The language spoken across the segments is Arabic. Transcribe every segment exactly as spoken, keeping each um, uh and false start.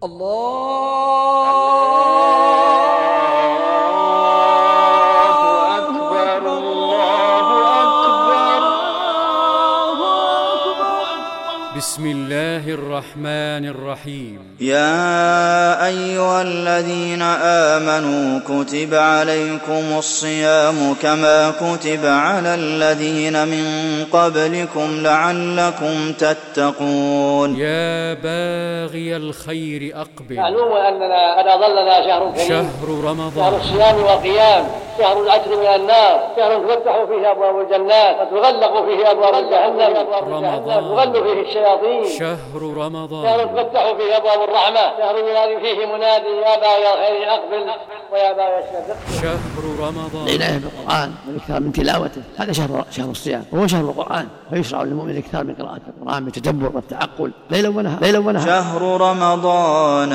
الله أكبر الله أكبر. بسم الله الرحمن الرحيم. يا أيها الذين آمنوا كتب عليكم الصيام كما كتب على الذين من قبلكم لعلكم تتقون. يا باغي الخير أقبل. معلوم أننا قد أضلنا شهر كريم، شهر رمضان، شهر الصيام والقيام، شهر العتق من النار، شهر تفتح فيه أبواب الجنات وتغلق فيه أبواب جهنم، رمضان، تغل فيه الشياطين، شهر رمضان، شهر تفتح فيه أبواب الرحمة، شهر ينادي فيه منادي يا باغي الخير أقبل ويا باغي الشر. شهر رمضان، العناية بالقرآن والإكثار من تلاوته، هذا شهر شهر الصيام وهو شهر القرآن، فيشرع للمؤمن الإكثار من قراءة القرآن بالتدبر والتعقل ليلا ونهارا ليلا ونهارا. شهر رمضان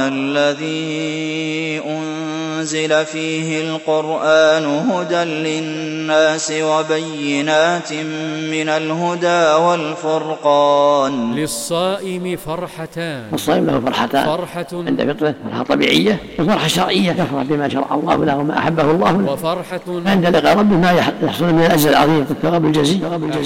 الذي أنزل فيه القرآن هدى للناس وبينات من الهدى والفرقان. للصائم فرحتان. الصائم له فرحتان، فرحة عند فطره فرحة طبيعية وفرحة شرعية يفرح بما شرع الله له وما أحبه الله له، وفرحة عند لقاء ربه ما يحصل من الأجر العظيم والثواب الجزيل.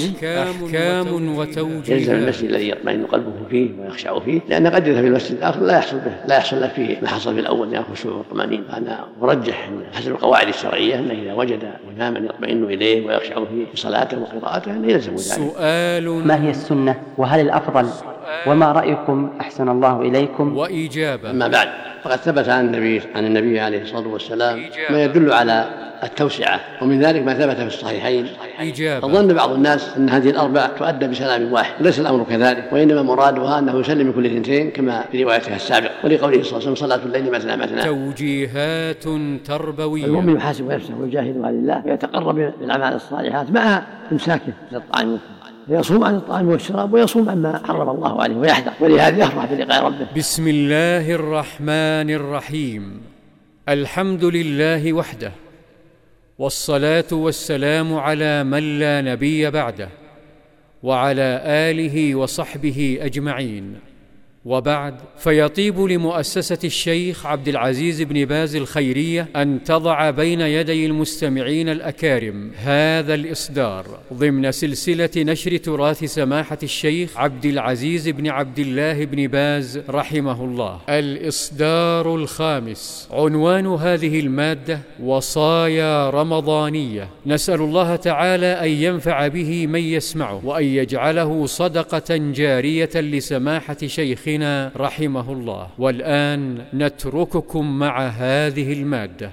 أحكام وتوجيه. يلزم المسجد الذي يطمئن قلبه فيه ويخشع فيه، لأن قد يذهب في المسجد الآخر لا يحصل به لا يحصل لك فيه ما حصل في الأول من الخشوع والطمأنينة. أنا أرجح حسب القواعد الشرعية أنه إذا وجد إماما يطمئن إليه ويخشع فيه في صلاته وقراءته أنه يلزم ذلك. سؤال: ما هي السنة وهل الأفضل وما رأيكم أحسن الله إليكم؟ وإجابة. أما بعد، فقد ثبت عن النبي عن النبي عليه الصلاة والسلام ما يدل على التوسعة، ومن ذلك ما ثبت في الصحيحين. إجابة. فظن بعض الناس أن هذه الأربع تؤدى بسلام واحد، وليس الأمر كذلك، وإنما مرادها أنه يسلم كل اثنتين كما في روايتها السابقة، ولقوله صلى الله عليه وسلم صلاة الليل مثنى مثنى. توجيهات تربوية. المؤمن يحاسب نفسه ويجاهدها لله ويتقرب بالأعمال الصالحات مع إمساكه من الطعام والشراب، يصوم عن الطعام والشراب ويصوم عما حرم الله عليه ويحذر، ولهذا يفرح بلقاء ربه. بسم الله الرحمن الرحيم. الحمد لله وحده، والصلاة والسلام على من لا نبي بعده، وعلى آله وصحبه أجمعين، وبعد. فيطيب لمؤسسة الشيخ عبد العزيز بن باز الخيرية أن تضع بين يدي المستمعين الأكارم هذا الإصدار ضمن سلسلة نشر تراث سماحة الشيخ عبد العزيز بن عبد الله بن باز رحمه الله. الإصدار الخامس. عنوان هذه المادة: وصايا رمضانية. نسأل الله تعالى أن ينفع به من يسمعه، وأن يجعله صدقة جارية لسماحة شيخنا رحمه الله. والآن نترككم مع هذه المادة.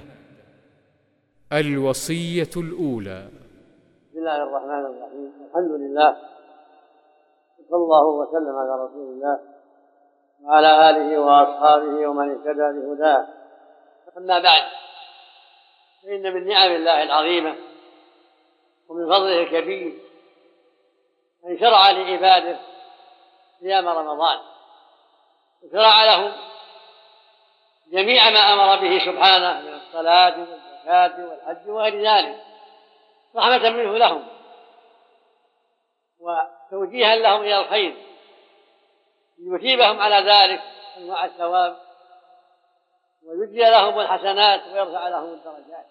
الوصية الأولى. بسم الله الرحمن الرحيم. الحمد لله، صلى الله وسلم على رسول الله وعلى آله وأصحابه ومن اهتدى بهداه. أما بعد، فإن من نعم الله العظيمة ومن فضله الكبير أن شرع لعباده صيام رمضان، وشرع لهم جميع ما أمر به سبحانه من الصلاة والزكاة والحج وغير ذلك، رحمة منه لهم وتوجيها لهم إلى الخير، ليثيبهم على ذلك أنواع الثواب ويجزي لهم الحسنات ويرفع لهم الدرجات.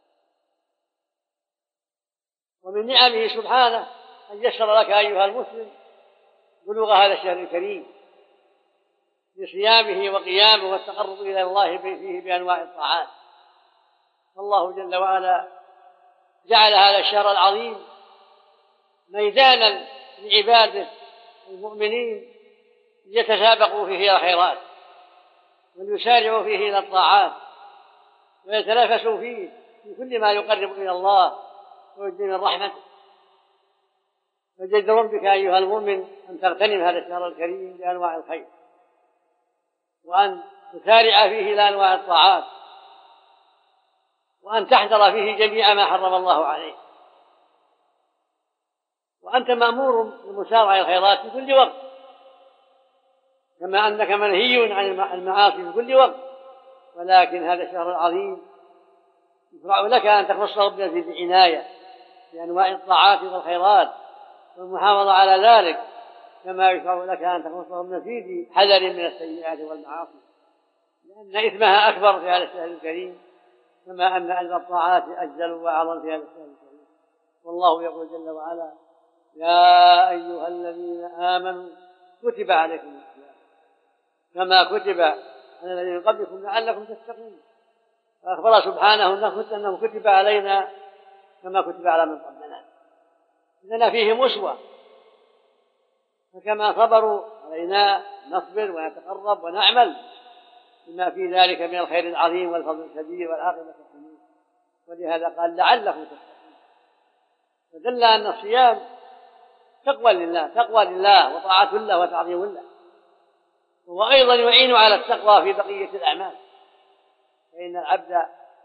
ومن نعمه سبحانه أن يسر لك أيها المسلم بلوغ هذا الشهر الكريم بصيامه وقيامه والتقرب إلى الله فيه بأنواع الطاعات. الله جل وعلا جعل هذا الشهر العظيم ميدانا لعباده المؤمنين يتسابقوا فيه إلى الخيرات ويسارعوا فيه إلى الطاعات ويتنافسوا فيه في كل ما يقرب إلى الله ويجزي من رحمته. فجدر بك أيها المؤمن أن تغتنم هذا الشهر الكريم بأنواع الخير، وأن تسارع فيه إلى أنواع الطاعات، وأن تحذر فيه جميع ما حرم الله عليه. وأنت مأمور بالمسارعة إلى الخيرات في كل وقت، كما أنك منهي عن المعاصي في كل وقت، ولكن هذا الشهر العظيم يشرع لك أن تخصه بمزيد عناية بأنواع الطاعات والخيرات والمحافظة على ذلك، كما يشرع لك أن تخصه بمزيد حذر من السيئات والمعاصي. لأن إثمها أكبر في هذا الشهر الكريم، كما أن أجر الطاعات أجل وأعظم في هذا الشهر الكريم. والله يقول جل وعلا: يا أيها الذين آمنوا كتب عليكم الصيام كما كتب على الذين من قبلكم لعلكم تتقون. فأخبر سبحانه أنه كتب علينا كما كتب على من قبلنا، إننا فيهم أسوة، فكما صبروا علينا نصبر ونتقرب ونعمل بما في ذلك من الخير العظيم والفضل الكبير والعاقبة الحميدة. ولهذا قال لعلكم تتقون، فدل أن الصيام تقوى لله تقوى لله وطاعة له وتعظيم له، وأيضا يعين على التقوى في بقية الأعمال، فإن العبد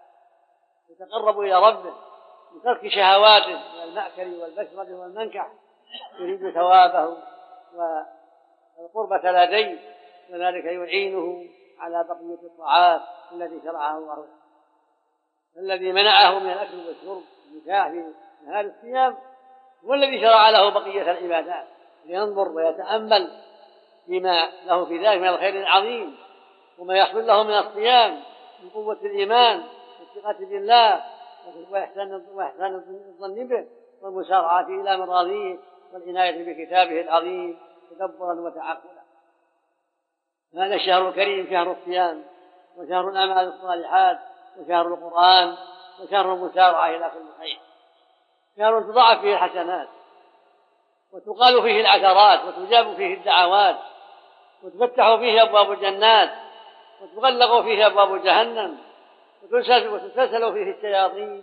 يتقرب إلى ربه بترك شهواته من المأكل والمشرب والمنكح، يريد ثوابه والقربة لديه، وذلك يعينه على بقية الطاعات التي شرعها الله. الذي منعه من الأكل والشرب والنكاح في نهار الصيام هو الذي شرع له بقية العبادات، لينظر ويتأمل فيما له في ذلك من الخير العظيم، وما يحصل له من الصيام من قوة الإيمان والثقة بالله وإحسان الظن به والمسارعة إلى مراضيه والعناية بكتابه العظيم تدبرا وتعقلا. هذا الشهر الكريم شهر الصيام وشهر الأعمال الصالحات وشهر القرآن وشهر المسارعة إلى كل خير، شهر تضاعف فيه الحسنات وتقال فيه العثرات وتجاب فيه الدعوات وتفتح فيه أبواب الجنات وتغلق فيه أبواب جهنم وتسلسل فيه الشياطين،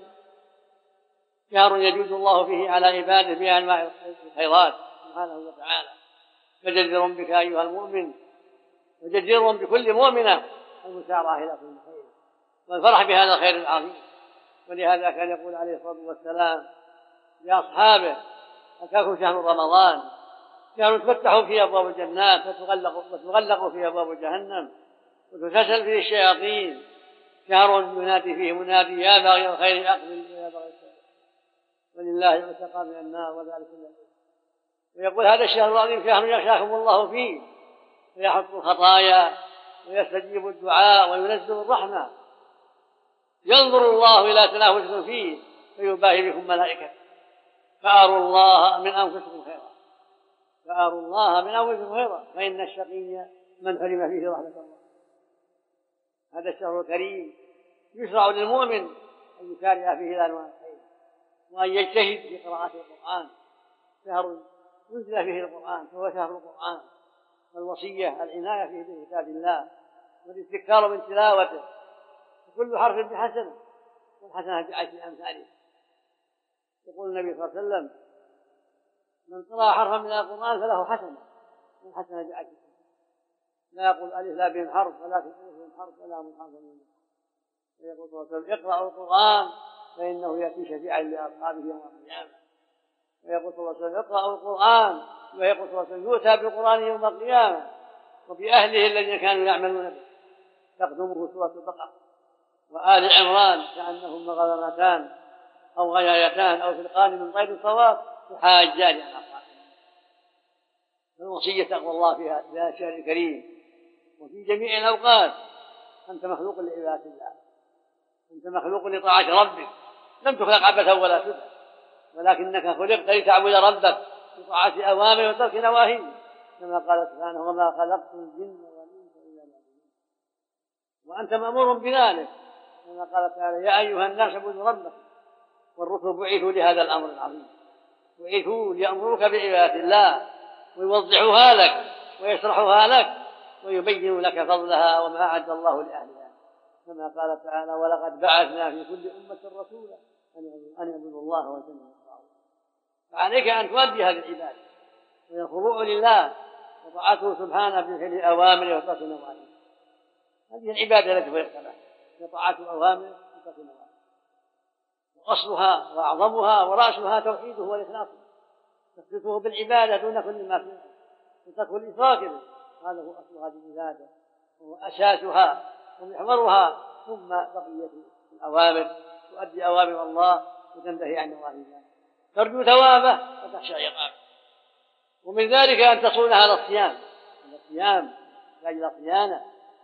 شهر يجود الله فيه على عباده بأنواع الخيرات سبحانه وتعالى. فجدر بك أيها المؤمن وجدر بكل مؤمنة المسارعة إلى كل خير والفرح بهذا الخير العظيم. ولهذا كان يقول عليه الصلاة والسلام لأصحابه: أتاكم شهر رمضان شهر تفتح فيه أبواب الجنات وتغلق, وتغلق فيه أبواب جهنم وتسلسل فيه الشياطين، شهر ينادي فيه منادي: يا باغي الخير أقبل ويا باغي الشر، ولله يتقى من النار وذلك الذي. ويقول: هذا الشهر العظيم شهر يخشاكم الله فيه ويحط الخطايا ويستجيب الدعاء وينزل الرحمة، ينظر الله إلى تنافسكم فيه فيباهي بكم ملائكته، فأروا الله من أنفسكم خيرا فأروا الله من أنفسكم خيرا فإن الشقي من حرم فيه رحمة الله. هذا الشهر الكريم يشرع للمؤمن أن يسارع فيه إلى أنواع الخير وأن يجتهد في قراءة القرآن، شهر ينزل فيه القرآن فهو شهر القرآن، والوصية العناية فيه بكتاب الله والاستكثار من تلاوته، وكل حرف بحسنة والحسنة بعشر أمثالها. يقول النبي صلى الله عليه وسلم: من قرأ حرفا من القرآن فله حسنة والحسنة بعشر. لا يقول ألف لا بهم حرف ولكن ألف بهم حرف ولا من حرف من. ويقول صلى الله عليه وسلم: اقرأوا القرآن فإنه يأتي شفيعا لأصحابه يوم القيامة. ويقول صلى الله عليه وسلم: اقرأوا القرآن. ويقول صلى الله عليه وسلم: يؤتى بالقرآن يوم القيامة وبأهله الذين كانوا يعملون به، تقدمه سورة البقرة وآل عمران كأنهما غنمتان أو غيايتان أو فرقان من طير صواب تحاجان عن أصحابه. فالوصية تقوى الله في هذا الشهر الكريم وفي جميع الأوقات. أنت مخلوق لعبادة الله، أنت مخلوق لطاعة ربك، لم تخلق عبثا ولا سدى، ولكنك خلقت لتعبد ربك بطاعة أوامره وترك نواهيه، كما قال سبحانه: وما خلقت الجن والإنس إلا ليعبدون. وأنت مأمور بذلك، كما قال تعالى: يا أيها الناس اعبدوا ربكم. والرسل بعثوا لهذا الأمر العظيم، بعثوا ليأمروك بعبادة الله ويوضحوها لك ويشرحوها لك ويبين لك فضلها وما أعد الله لأهلها، كما قال تعالى: ولقد بعثنا في كل أمة رسولا أن يعبدوا الله واجتنبوا الطاغوت. فعليك أن تؤدي هذه العبادة وهي الخضوع لله وطاعته سبحانه بفعل أوامره وترك نواهيه. هذه العبادة التي خلقت هي طاعة أوامره وترك نواهيه، وأصلها وأعظمها ورأسها توحيده والإخلاص، تخلصه بالعبادة دون كل ما فيها وترك الإشراك به. هذا هو أصل هذه العبادة وهو أساسها ومحورها، ثم بقية الأوامر تؤدي أوامر الله وتنتهي عن نواهي الله، ترجو ثوابه وتخشى عقابه. ومن ذلك أن تصون هذا الصيام، هذا الصيام لا إلى صيانة،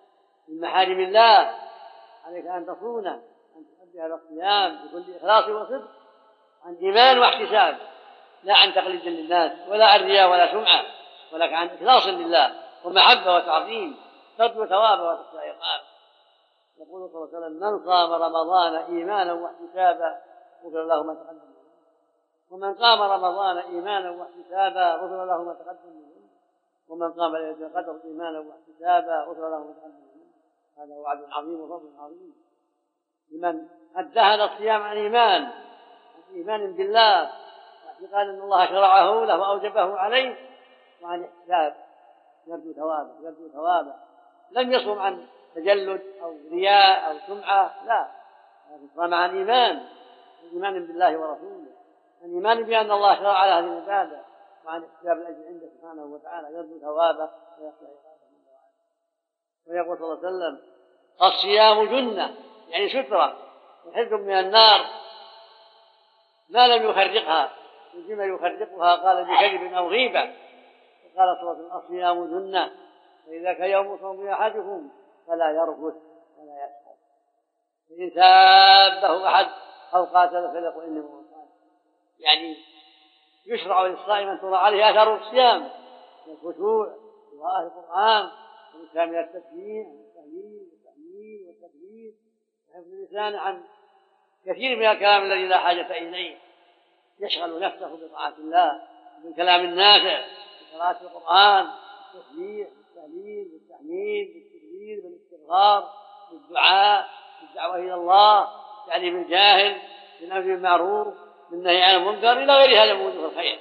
من محارم الله عليك أن تصونه، أن تؤدي هذا الصيام بكل إخلاص وصدق عن إيمان واحتساب، لا عن تقليد للناس ولا عن رياء ولا سمعة، ولكن عن إخلاص لله ومحبة وتعظيم، ترجو ثوابه وتخشى عقابه. يقول صلى الله عليه وسلم: من صام رمضان إيمانا واحتسابا غفر له ما تقدم منه، ومن قام رمضان إيمانا واحتسابا غفر له ما تقدم منه، ومن قام ليلة القدر إيمانا واحتسابا غفر له ما تقدم منه. هذا وعد عظيم وفضل عظيم لمن أدى هذا الصيام عن إيمان، عن إيمان بالله واعتقاد أن الله شرعه له وأوجبه عليه، وعن احتساب يرجو ثوابه يرجو ثوابه لم يصوم عن تجلد أو رياء أو سمعة، لا، لكن صام عن إيمان، إيمان بالله ورسوله، عن إيمان بأن الله شرع له هذه العبادة، وعن احتساب الأجر عنده سبحانه وتعالى، يرجو ثوابه ويخشى عقابه. ويقول صلى الله عليه وسلم: الصيام جنة، يعني سترة وحفظ من النار ما لم يخرقها، وفيما يخرقها قال بكذب أو غيبة. وقال صلى الله عليه وسلم: الصيام جنة، فإذا كان يوم صوم أحدكم فلا يرفث ولا يسخر، فإن سابه أحد أو قاتل فليقل إني امرؤ صائم. يعني يشرع للصائم أن ترى عليه آثار الصيام من الخشوع وقراءة القرآن والإكثار من التسبيح والتهليل والتحميد والتكبير، وحفظ اللسان عن كثير من الكلام الذي لا حاجة إليه، يشغل نفسه بطاعة الله بالكلام النافع، بقراءة القرآن، بالتسبيح، بالتهليل، بالتحميد، بالتكبير، بالاستغفار، بالدعاء، بالدعوة إلى الله، تعليم الجاهل، بالأمر بالمعروف، بالنهي عن المنكر، إلى غير هذا من وجوه الخير.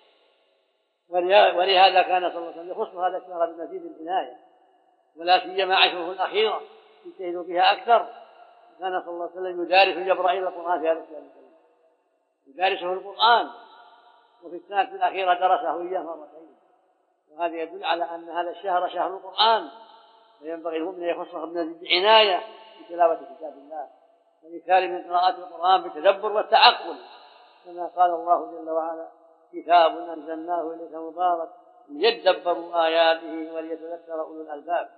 ولهذا كان صلى الله عليه وسلم يخص هذا الشهر بمزيد العناية، ولا سيما عشره الأخيرة يجتهد بها أكثر. كان صلى الله عليه وسلم يدارس جبرائيل القرآن في هذا الشهر الكريم، يدارسه القرآن، وفي السنة الأخيرة درسه إياه مرتين. وهذا يدل على أن هذا الشهر شهر القرآن، وينبغي المؤمن أن يخصه بمزيد عناية بتلاوة كتاب الله والإكثار من قراءة القرآن بالتدبر والتعقل، كما قال الله جل وعلا: كتاب أنزلناه إليك مبارك ليدبروا آياته وليتذكر أولو الألباب.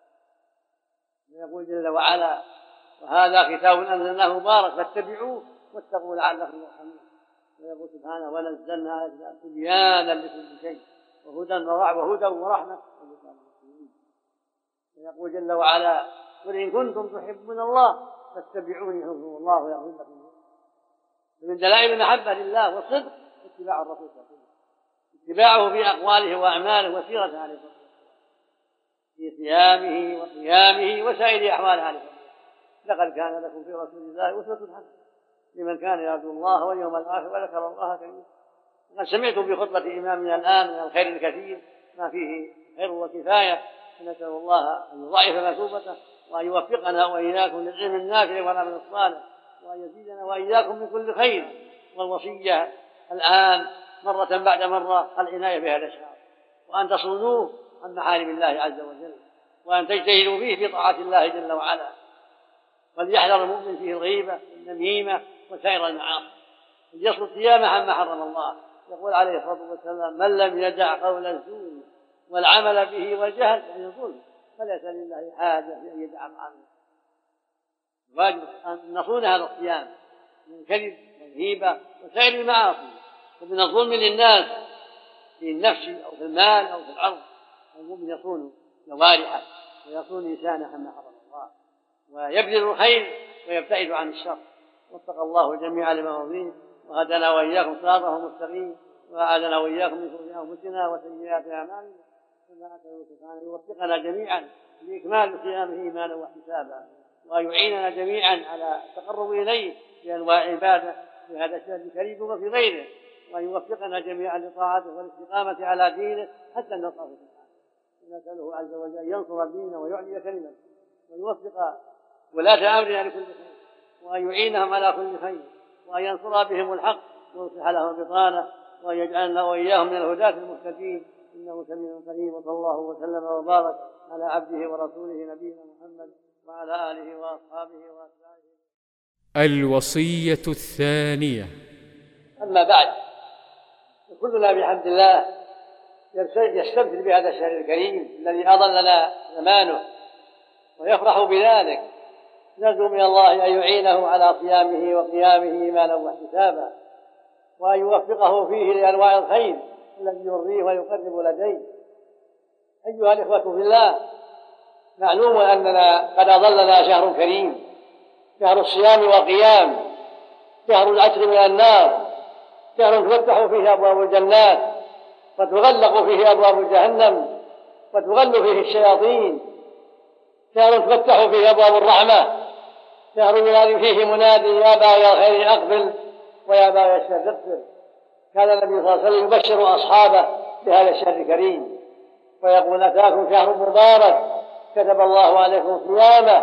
ويقول جل وعلا: وهذا كتاب أنزلناه مبارك فاتبعوه واتقوا لعلكم ترحمون. ويقول سبحانه: ونزلنا عليك تبيانا لكل شيء وهدى وهدى ورحمة للمؤمنين. ويقول جل وعلا: قل إن كنتم تحبون الله فاتبعوني يحببكم الله ويغفر لكم. ومن دلائل المحبة لله والصدق اتباع الرسول صلى الله عليه وسلم، اتباعه في أقواله وأعماله وسيرته عليه الصلاة والسلام، في صيامه وقيامه وسائر أحواله عليه الصلاة والسلام. لقد كان لكم في رسول الله أسوة حسنة لمن كان يرجو الله واليوم الآخر وذكر الله كثيرا. وقد سمعتم بخطبة إمامنا الآن من الخير الكثير ما فيه خير وكفاية، فنسأل الله أن يضاعف مثوبته وأن يوفقنا وإياكم للعلم النافع والعمل الصالح، وأن يزيدنا وإياكم من كل خير. والوصية الآن مرة بعد مرة العناية بهذا الشهر، وأن تصونوه عن محارم الله عز وجل، وأن تجتهدوا فيه في طاعة الله جل وعلا. وليحذر المؤمن فيه الغيبة والنميمة وسائر المعاصي، يصل صيامه عما حرم الله. يقول عليه الصلاة والسلام: من لم يدع قول الزور والعمل به والجهل يعني الظلم فليس لله حاجة بأن يدع طعامه. واجب أن نصون هذا الصيام من الكذب والغيبة وسائر المعاصي، ومن الظلم للناس في النفس أو في المال أو في الأرض. المؤمن يصون جوارحه ويصون لسانه عما حرم الله، ويبذل الخير ويبتعد عن الشر. واتقى الله جميعا لمواضيه، وهدنا وإياكم صراطه المستقيم، وأعاذنا وإياكم من شرور أنفسنا وسيئات أعمالنا. كما أسأله سبحانه يوفقنا جميعا لإكمال صيامه إيمانا واحتسابا، وأن يعيننا جميعا على التقرب إليه بأنواع العبادة في هذا الشهر الكريم وفي غيره، وأن يوفقنا جميعا لطاعته والاستقامة على دينه حتى نلقاه سبحانه. ونسأله عز وجل أن ينصر دينه ويعلي كلمته، ويوفق ولاة أمرنا لكل خير، وأن يعينهم على كل خير، وأن ينصر بهم الحق ويصلح لهم بطانه، وأن يجعلنا وإياهم من الهداة المهتدين. إنه سميع قريب. وصلى الله وسلم وبارك على عبده ورسوله نبينا محمد وعلى آله وأصحابه وأتباعه. الوصية الثانية. أما بعد، كلنا بحمد الله يستمتع بهذا الشهر الكريم الذي أظلنا زمانه ويفرح بذلك، نرجو من الله أن يعينه على صيامه وقيامه إيمانا واحتسابا، وأن يوفقه فيه لأنواع الخير الذي يرضيه ويقرب لديه. أيها الإخوة في الله، معلوم أننا قد أظلنا شهر كريم، شهر الصيام والقيام، شهر العتق من النار، شهر تفتح فيه أبواب الجنات وتغلق فيه أبواب جهنم وتغل فيه الشياطين، شهر تفتح فيه أبواب الرحمة، شهر ينادي فيه منادي يا باغي الخير أقبل ويا باغي الشر اقبل. كان النبي صلى الله عليه وسلم يبشر أصحابه بهذا الشهر الكريم ويقول أتاكم شهر مبارك كتب الله عليكم صيامه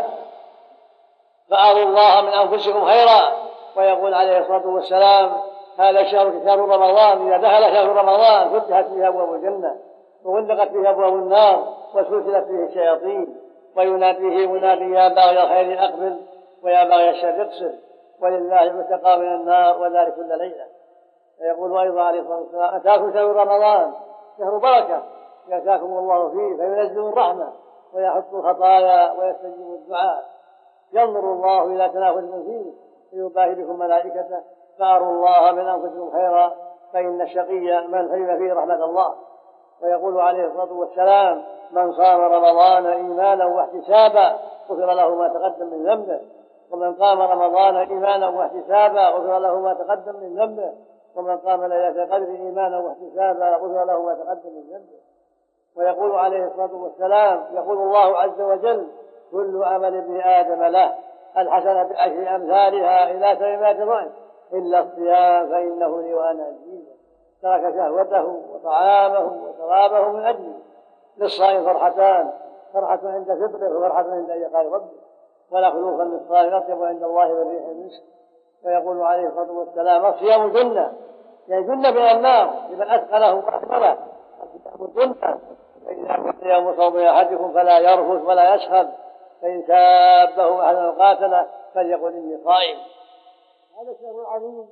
فأروا الله من أنفسكم خيرا، ويقول عليه الصلاة والسلام هذا الشهر شهر رمضان، إذا دخل شهر رمضان فتحت فيه أبواب الجنة وغلقت فيه أبواب النار وسلسلت فيه الشياطين، ويناديه منادي يا باغي الخير أقبل ويا باغي الشر اقصر، ولله متقى من النار وذلك كل ليلة. ويقول أيضا عليه الصلاة والسلام أتاكم شهر رمضان شهر بركة يأتاكم الله فيه فينزل الرحمة ويحط الخطايا ويستجيب الدعاء، ينظر الله إلى تنافسكم فيه فيباهي بكم ملائكته فأروا الله من أنفسكم خيرا فإن الشقي من حرم فيه رحمة الله. ويقول عليه الصلاة والسلام من صام رمضان إيمانا واحتسابا غفر له ما تقدم من ذنبه، ومن قام رمضان إيمانا واحتسابا غفر له ما تقدم من ذنبه، ومن قام ليلة القدر إيمانا واحتسابا غفر له ما تقدم من ذنبه. ويقول عليه الصلاة والسلام يقول الله عز وجل كل عمل ابن آدم له الحسنة بعشر أمثالها إلى سبعمائة ضعف إلا الصيام فإنه لي وأنا أجزيه، ترك شهوته وطعامه وشرابه من أجله. للصائم فرحتان، فرحة عند فطره وفرحة عند لقاء ربه، ولا خلوف للصائم أطيب عند الله من ريح المسك. ويقول عليه الصلاة والسلام الصيام جنة، يعني جنة من النار لمن أثقله وأحمله، الصيام جنة، فإذا كان يوم صوم أحدكم فلا يرفث ولا يسخب، فإن سابه أحد قاتله فليقل إني صائم. هذا شهر عظيم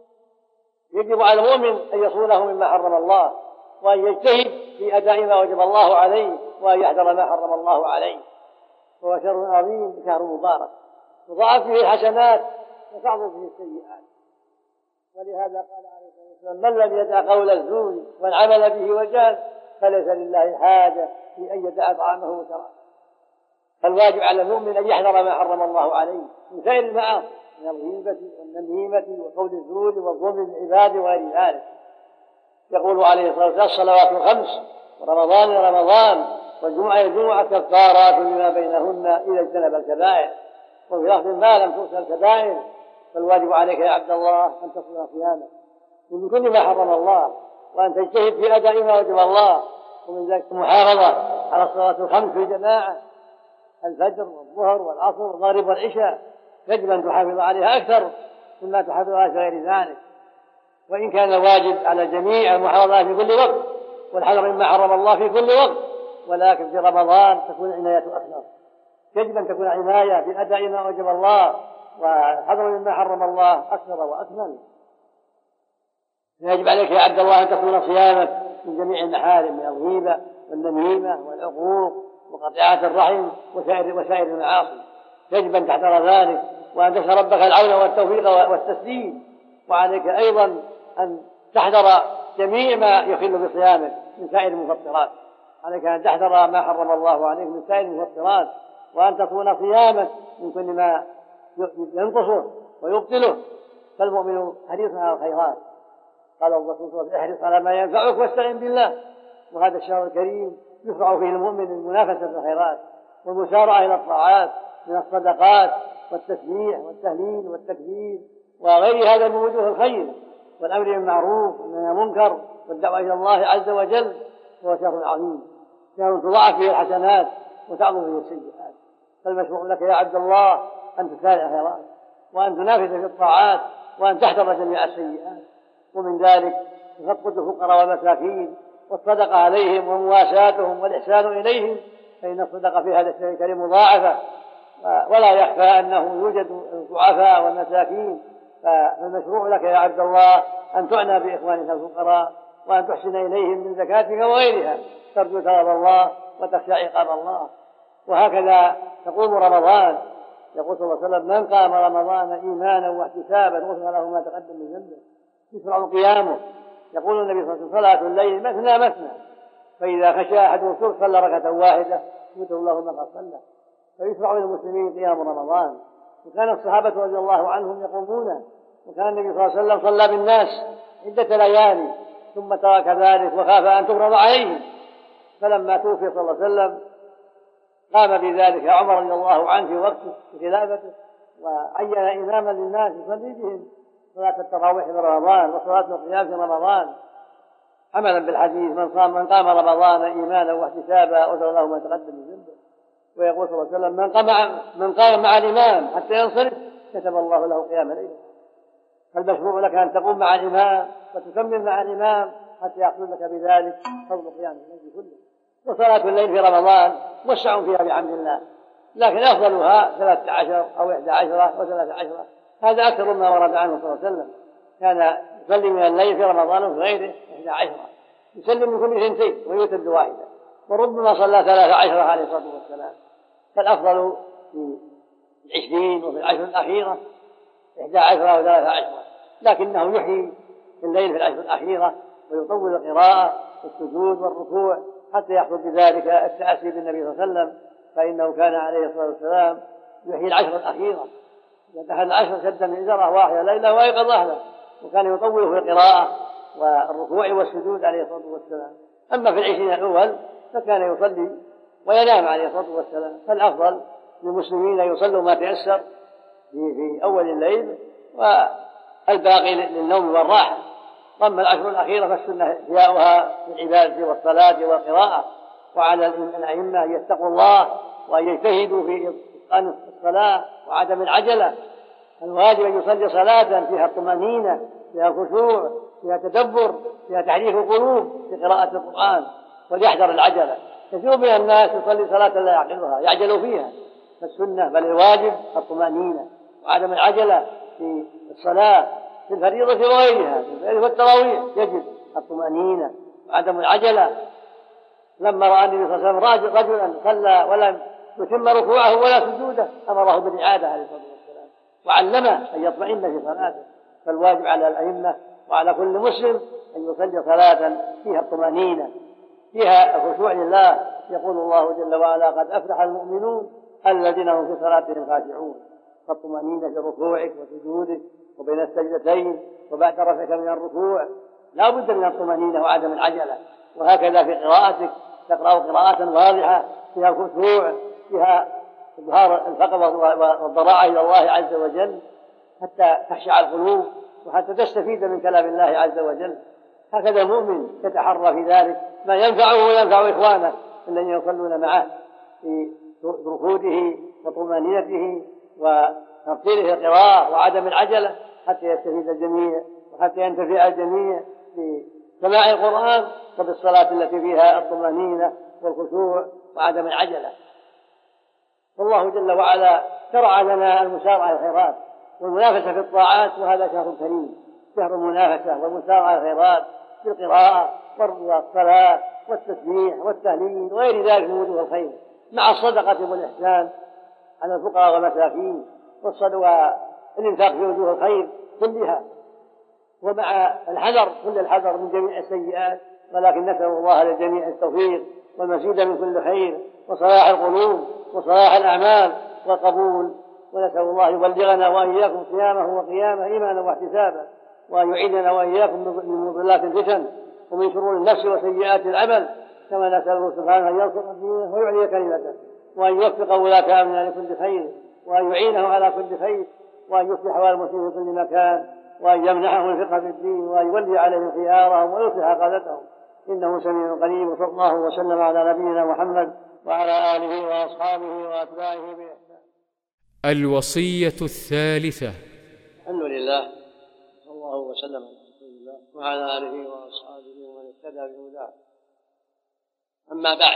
يجب على المؤمن أن يصونه مما حرم الله، وأن يجتهد في أداء ما وجب الله عليه، وأن يحذر ما حرم الله عليه. هو شهر عظيم، شهر مبارك تضاعف فيه الحسنات وتعظم فيه السيئات. ولهذا قال عليه الصلاة والسلام من لم يدع قول الزور والعمل به والجهل فليس لله حاجة في أن يدع طعامه وشرابه. فالواجب على المؤمن أن يحذر ما حرم الله عليه من سائر المعاصي من الغيبة والنميمة وقول الزور والظلم للعباد وغير ذلك. يقول عليه الصلاة والسلام الصلوات الخمس ورمضان رمضان والجمعة الجمعة كفارات لما بينهن إذا اجتنب الكبائر، وفي لفظ ما لم تغسل الكبائر. فالواجب عليك يا عبد الله أن تصوم صيامك من كل ما حرم الله، وأن تجتهد في أداء ما وجب الله، ومن ذلك المحافظة على الصلاة الخمس في جماعة، الفجر والظهر والعصر والمغرب والعشاء يجب أن تحافظ عليها أكثر مما تحافظ على غير ذلك. وإن كان الواجب على الجميع المحافظة في كل وقت والحذر مما حرم الله في كل وقت، ولكن في رمضان تكون العناية أكثر. يجب أن تكون عناية بأداء ما وجب الله والحذر مما حرم الله أكثر وأكمل. يجب عليك يا عبد الله أن تكون صيامك من جميع المحارم من الغيبة والنميمة والعقوق وقطيعة الرحم وسائر وسائر المعاصي. يجب أن تحذر ذلك وأن تسأل ربك العون والتوفيق والتسديد. وعليك أيضا أن تحذر جميع ما يخل بصيامك من سائر المفطرات. عليك أن تحذر ما حرم الله عليك من سائر المفطرات، وأن تكون صيامك من كل ما ينقصه ويبطله. فالمؤمن حريص على الخيرات، قال الرسول صلى الله عليه وسلم احرص على ما ينفعك واستعن بالله. وهذا الشهر الكريم يشرع فيه المؤمن المنافسة في الخيرات والمسارعة إلى الطاعات من الصدقات والتسبيح والتهليل والتكبير وغير هذا من وجوه الخير، والأمر بالمعروف والنهي عن المنكر والدعوة إلى الله عز وجل. هو شهر عظيم، شهر تضاعف فيه الحسنات وتعظم فيه السيئات. فالمشروع لك يا عبد الله أن تسارع الخيرات وأن تنافس في الطاعات وأن تحذر جميع السيئات. ومن ذلك تفقد الفقراء والمساكين والصدقة عليهم ومواساتهم والإحسان إليهم، فإن الصدقة في هذا الشهر الكريم مضاعفة، ولا يخفى أنه يوجد الضعفاء والمساكين. فالمشروع لك يا عبد الله أن تعنى بإخوانك الفقراء وأن تحسن إليهم من زكاتك وغيرها، ترجو ثواب الله وتخشى عقاب الله. وهكذا تقوم رمضان. يقول صلى الله عليه وسلم: من قام رمضان إيمانا واحتسابا غفر له ما تقدم من ذنبه. يشرع قيامه. يقول النبي صلى الله عليه وسلم: صلاة الليل مثنى مثنى، فإذا خشى أحدهم الصبح صلى ركعة واحدة يؤتي الله ما قد صلى. فيشرع للمسلمين قيام رمضان. وكان الصحابة رضي الله عنهم يقومون، وكان النبي صلى الله عليه وسلم صلى بالناس عدة ليالي ثم ترك ذلك وخاف أن تفرض عليهم، فلما توفي صلى الله عليه وسلم قام بذلك عمر رضي الله عنه في وقته في خلافته، وعين إماما للناس يصلي بهم صلاة التراويح في رمضان وصلاة القيام في رمضان، عملا بالحديث: من صام من قام رمضان إيمانا واحتسابا غفر له ما تقدم من ذنبه. ويقول صلى الله عليه وسلم: من قام من قام مع الإمام حتى ينصرف كتب الله له قيام ليله. فالمشروع لك أن تقوم مع الإمام وتكمل مع الإمام حتى يحصل لك بذلك فضل قيام الليل كله. وصلاة الليل في رمضان وسع فيها بحمد الله، لكن أفضلها ثلاثة عشر أو إحدى عشرة وثلاثة عشرة، هذا أكثر ما ورد عنه صلى الله عليه وسلم. كان يصلي من الليل في رمضان وفي غيره إحدى عشرة، يسلم من كل اثنتين ويوتر بواحدة، وربما صلى ثلاثة عشرة عليه الصلاة والسلام. فالأفضل في العشرين وفي العشر الأخيرة إحدى عشرة وثلاثة عشرة، لكنه يحيي الليل في العشر الأخيرة ويطول القراءة والسجود والركوع حتى يحصل بذلك التأسي بالنبي صلى الله عليه وسلم، فإنه كان عليه الصلاة والسلام يحيي العشر الأخيرة. إذا دخل العشر شد من إزرة واحدة ليلة وأيقظ أهله، وكان يطول في القراءة والركوع والسجود عليه الصلاة والسلام. أما في العشرين الأول فكان يصلي وينام عليه الصلاة والسلام. فالأفضل للمسلمين أن يصلوا ما تيسر في أول الليل والباقي للنوم والراحة. أما العشر الأخيرة فالسنة إحياؤها بالعبادة والصلاة والقراءة، وعلى الأئمة أن يتقوا الله وأن يجتهدوا في إتقان الصلاة وعدم العجلة. الواجب أن يصلي صلاة فيها الطمأنينة، فيها الخشوع، فيها تدبر، فيها تحريك القلوب في قراءة القرآن، وليحذر العجلة. كثير من الناس يصلي صلاة لا يعقلها يعجل فيها، فالسنة بل الواجب الطمأنينة وعدم العجلة في الصلاة في الفريضة وغيرها، في الفريضة والتراويح يجب الطمأنينة وعدم العجلة. لما رأى النبي صلى الله عليه وسلم رجلا صلى ولم يتم ركوعه ولا سجوده أمره بالإعادة عليه الصلاة والسلام، وعلمه أن يطمئن في صلاته. فالواجب على الأئمة وعلى كل مسلم أن يصلي صلاة فيها الطمأنينة، فيها الخشوع لله. يقول الله جل وعلا: قد أفلح المؤمنون الذين هم في صلاتهم خاشعون. فالطمأنينة في ركوعك وسجودك وبين السجدتين وبعد رفعك من الركوع لا بد من الطمأنينة وعدم العجلة. وهكذا في قراءتك تقرأ قراءة واضحة فيها الخشوع، فيها إظهار الفقر والضراعة إلى الله عز وجل حتى تخشع القلوب وحتى تستفيد من كلام الله عز وجل. هكذا المؤمن يتحرى في ذلك ما ينفعه وينفع إخوانه الذين يصلون معه في ركوعه وطمأنينته وتفصيله القراءة وعدم العجلة حتى يستفيد الجميع وحتى ينتفع الجميع بسماع القرآن وبالصلاة التي فيها الطمأنينة والخشوع وعدم العجلة. والله جل وعلا شرع لنا المسارعة الخيرات والمنافسة في الطاعات، وهذا شهر كريم، شهر المنافسة والمسارعة الخيرات في القراءة والصلاة والتسبيح والتهليل وغير ذلك من وجوه الخير، مع الصدقة والإحسان على الفقراء والمساكين والإنفاق في وجوه الخير كلها، ومع الحذر كل الحذر من جميع السيئات. ولكن نسأل الله للجميع التوفيق والمزيد من كل خير وصلاح القلوب وصلاح الأعمال والقبول. ونسأل الله يبلغنا وإياكم صيامه وقيامه إيمانا واحتسابا، وأن يعيدنا وإياكم من مضلات الفتن ومن شرور النفس وسيئات العمل، كما نسأله سبحانه أن ينصر دينه ويعلي كلمته، وأن يوفق ولاة أمرنا لكل خير، وأن يعينه على كل خير، وأن يصلح أحوال المسلمين في كل مكان، وأن يمنحهم الفقه في الدين، وأن يولي عليهم خيارهم ويصلح قادتهم، إنه سميع قريب. وصلى الله وسلم على نبينا محمد وعلى آله وأصحابه وأتباعه بإحسان. الوصية الثالثة. الحمد لله صلى الله وسلم على رسول الله وعلى آله وأصحابه ومن اهتدى بهداه. أما بعد،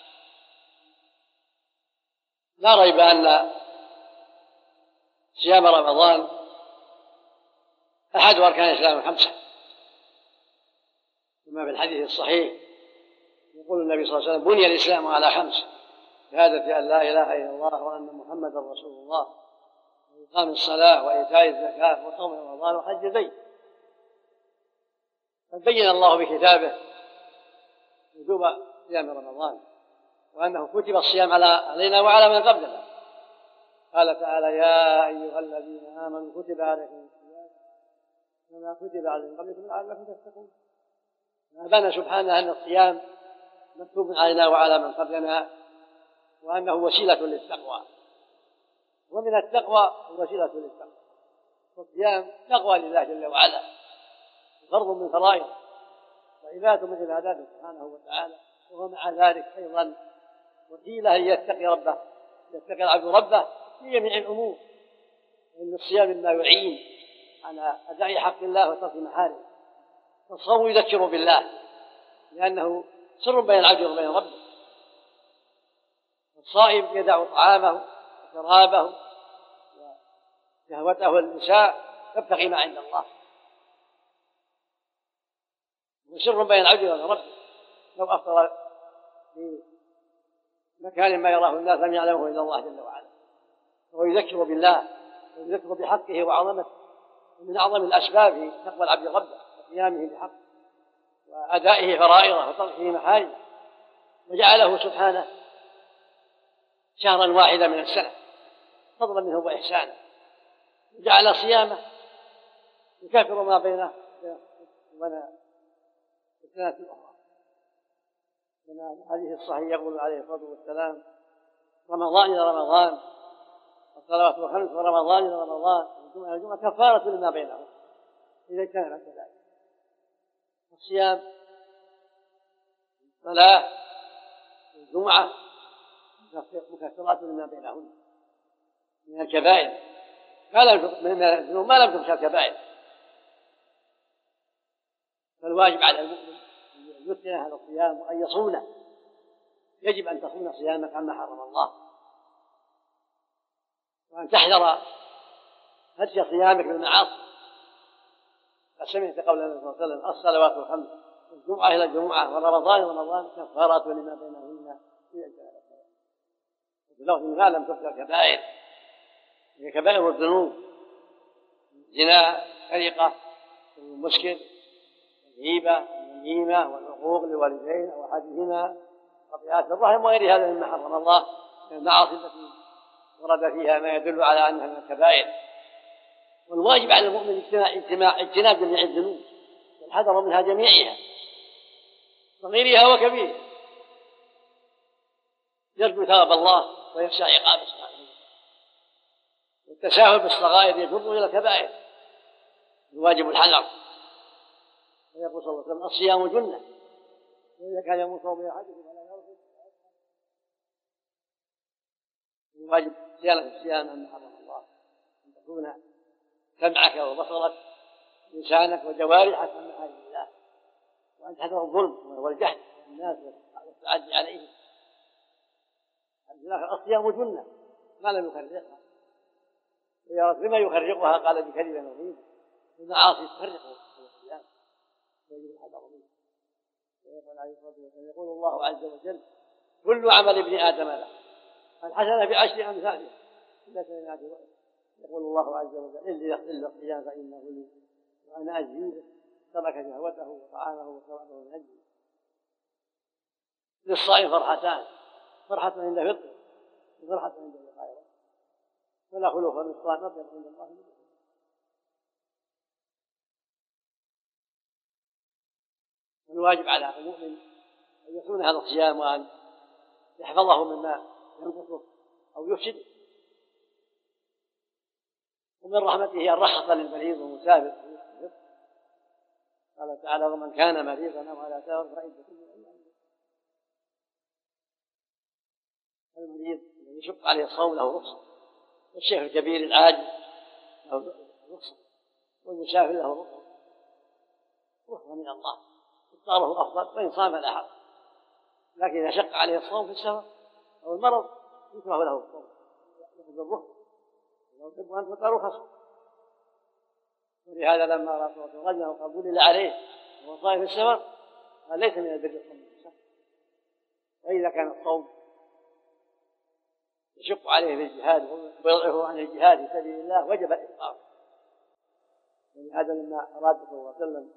لا ريب أن صيام رمضان أحد أركان الإسلام الخمسة، كما في الحديث الصحيح يقول النبي صلى الله عليه وسلم: بني الإسلام على خمس: شهادة أن لا إله إلا الله وأن محمدا رسول الله وإقام الصلاة وإيتاء الزكاة وصوم رمضان وحج البيت. قد بين الله بكتابه وجوب صيام رمضان وأنه كتب الصيام علينا وعلى من قبلنا. قال تعالى: يا أيها الذين آمنوا كتب عليكم الصيام كما كتب على من قبلكم لعلكم تتقون. أبان سبحانه أن الصيام مكتوب علينا وعلى من قبلنا وأنه وسيلة للتقوى، ومن التقوى الوسيلة للتقوى. والصيام تقوى لله جل وعلا، فرض من فرائض وعبادة من عباداته سبحانه وتعالى، وهو مع ذلك أيضا وسيلة يتقي ربه يتقي العبد ربه في جميع الأمور. وإن الصيام مما يعين على أداء حق الله وترك محارمه. فالصوم يذكر بالله لأنه سر بين العبد وبين ربه. الصائم يدع طعامه وشرابه وشهوته والنساء يبتغي ما عند الله، وسر بين العبد وبين ربه. لو أفطر في مكان ما يراه الناس لم يعلمه إلا الله جل وعلا، وهو يذكر بالله ويذكر بحقه وعظمته. ومن أعظم الأسباب في تقوى العبد ربه وقيامه بحقه وأدائه فرائضه وتركه محارمه. وجعله سبحانه شهرا واحدا من السنة فضلا منه وإحسانا، وجعل صيامه يكافر ما بينه وبين السنة الأخرى. كما الحديث الصحيح يقول عليه الصلاة والسلام: رمضان إلى رمضان والصلوات الخمس ورمضان إلى رمضان والجمعة إلى الجمعة كفارة لما بينهم إذا كان كذلك. الصيام الصلاة والجمعة مكفرات لما بينهن من الكبائر ما لم ما لم تخشى الكبائر. فالواجب على المؤمن أن يتقن هذا الصيام وأن يصونه. يجب أن تصون صيامك عما حرم الله، وأن تحذر هدي صيامك بالمعاصي. فسمعت قول النبي صلى الله عليه وسلم: الصلوات الخمس الجمعة إلى الجمعة ورمضان رمضان كفارات لما بينهن في الجنة. بلفظ ما لم تكن كبائر، هي كبائر الذنوب: زنا، سرقة، المسكر، الغيبة، النميمة، والعقوق للوالدين أو أحدهما، قطيعة الرحم، وغير هذا مما حرم الله من المعاصي التي ورد فيها ما يدل على أنها من الكبائر. والواجب على المؤمن اجتناب جميع الذنوب والحذر منها جميعها صغيرها وكبيرها، يرجو ثواب الله ويخشى عقابه سبحانه. والتساهل بالصغائر يجر الى الكبائر، الواجب الحذر. ويقول صلى الله عليه وسلم: الصيام جنة، وإذا كان يوم صوم أحدكم فلا يرفث. الواجب صيانة الصيام عما حرم الله، أن تكون سمعك وبصرك لسانك وجوارحك من محارم الله، وأن تحذر الظلم والجهل الناس والتعدي عليهم. الصيام جنة ما لم يخرقها، لما يخرقها قال بكلمة نظيمة: المعاصي تفرق الصيام ويجب الحذر منه. يقول الله عز وجل: كل عمل ابن آدم له الحسنة بعشر أمثالها إلا كلمات واحدة. يقول الله عز وجل: إلا الصيام فإنه لي وأنا أجزي به. ترك شهوته وطعامه وشرابه من أجله. للصائم فرحتان: فرحة عند فطره وفرحة عند لقاء ربه، فلا خلوف من الصائم أطيب عند الله من الصائم. الواجب على المؤمن أن يصون هذا الصيام وأن يحفظه مما ينقصه أو يفسده. ومن رحمته أن رخص للمريض والمسافر. قال تعالى: ومن كان مريضا أو على سفر فعدة من أيام. المريض الذي يشق عليه الصوم له رخصة، والشيخ الكبير العاجز له رخصة، والمسافر له رخصة رخصة من الله، إفطاره أفضل، وإن صام فلا حرج. لكن إذا شق عليه الصوم في السفر أو المرض يكره له الصوم، يأخذ الرخصة، لو تحب أن تؤتى رخصة. ولهذا لما رأى الرجل وقبول الله عليه وهو صائم في السفر قال: ليس من البر الصوم في السفر. وإذا كان الصوم يشق عليه بالجهاد ويضعفه عن الجهاد في سبيل الله وجب الإفطار. ولهذا لما أراد صلى الله عليه وسلم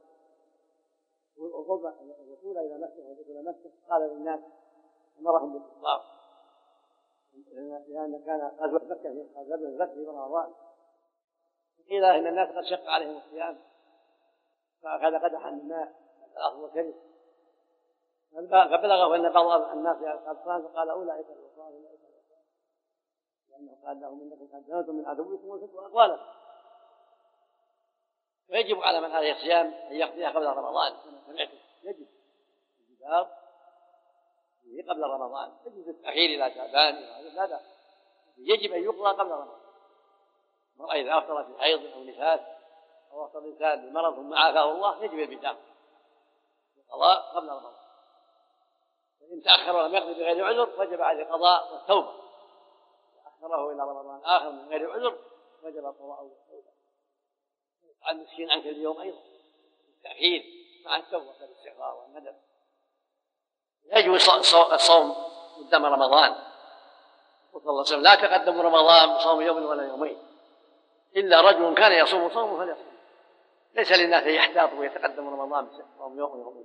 الوصول إلى مكة ودخول مكة قال للناس أمرهم بالإفطار، لأن كان غزوة مكة غزوة الفتح في رمضان، قيل إن الناس قد شق عليهم الصيام فأخذ قدحا من ماء الأخذ وكرس فبلغه أن بعض الناس قد صام فقال أولئك الوصال أولئك الوصال، لأنه قال لهم إنكم قد زنتم من عدوكم وشدوا أقوالكم. ويجب على من عليه الصيام أن يقضيها قبل رمضان كما سمعتم، يجب الجدار قبل رمضان، يجب التأخير إلى شعبان لا لا يجب أن يقضى قبل رمضان. المرأة إذا أفطرت في حيض أو نفاس أو أفطر الإنسان بمرض ثم عافاه الله يجب البداء القضاء قبل رمضان. فإن تأخر ولم يقضي بغير عذر وجب عليه القضاء والتوبة، أخره إلى رمضان آخر من غير عذر وجب القضاء والتوبة. عن المسكين عنك اليوم أيضا التأخير مع التوبة والاستغفار والندم. يجب الصوم قدام رمضان، صلى الله عليه وسلم لا تقدم رمضان بصوم يوم ولا يومين، إلا رجل كان يصوم صومه فليصوم. ليس للناس أن يحتاطوا ويتقدم رمضان بصوم يوم ويومين.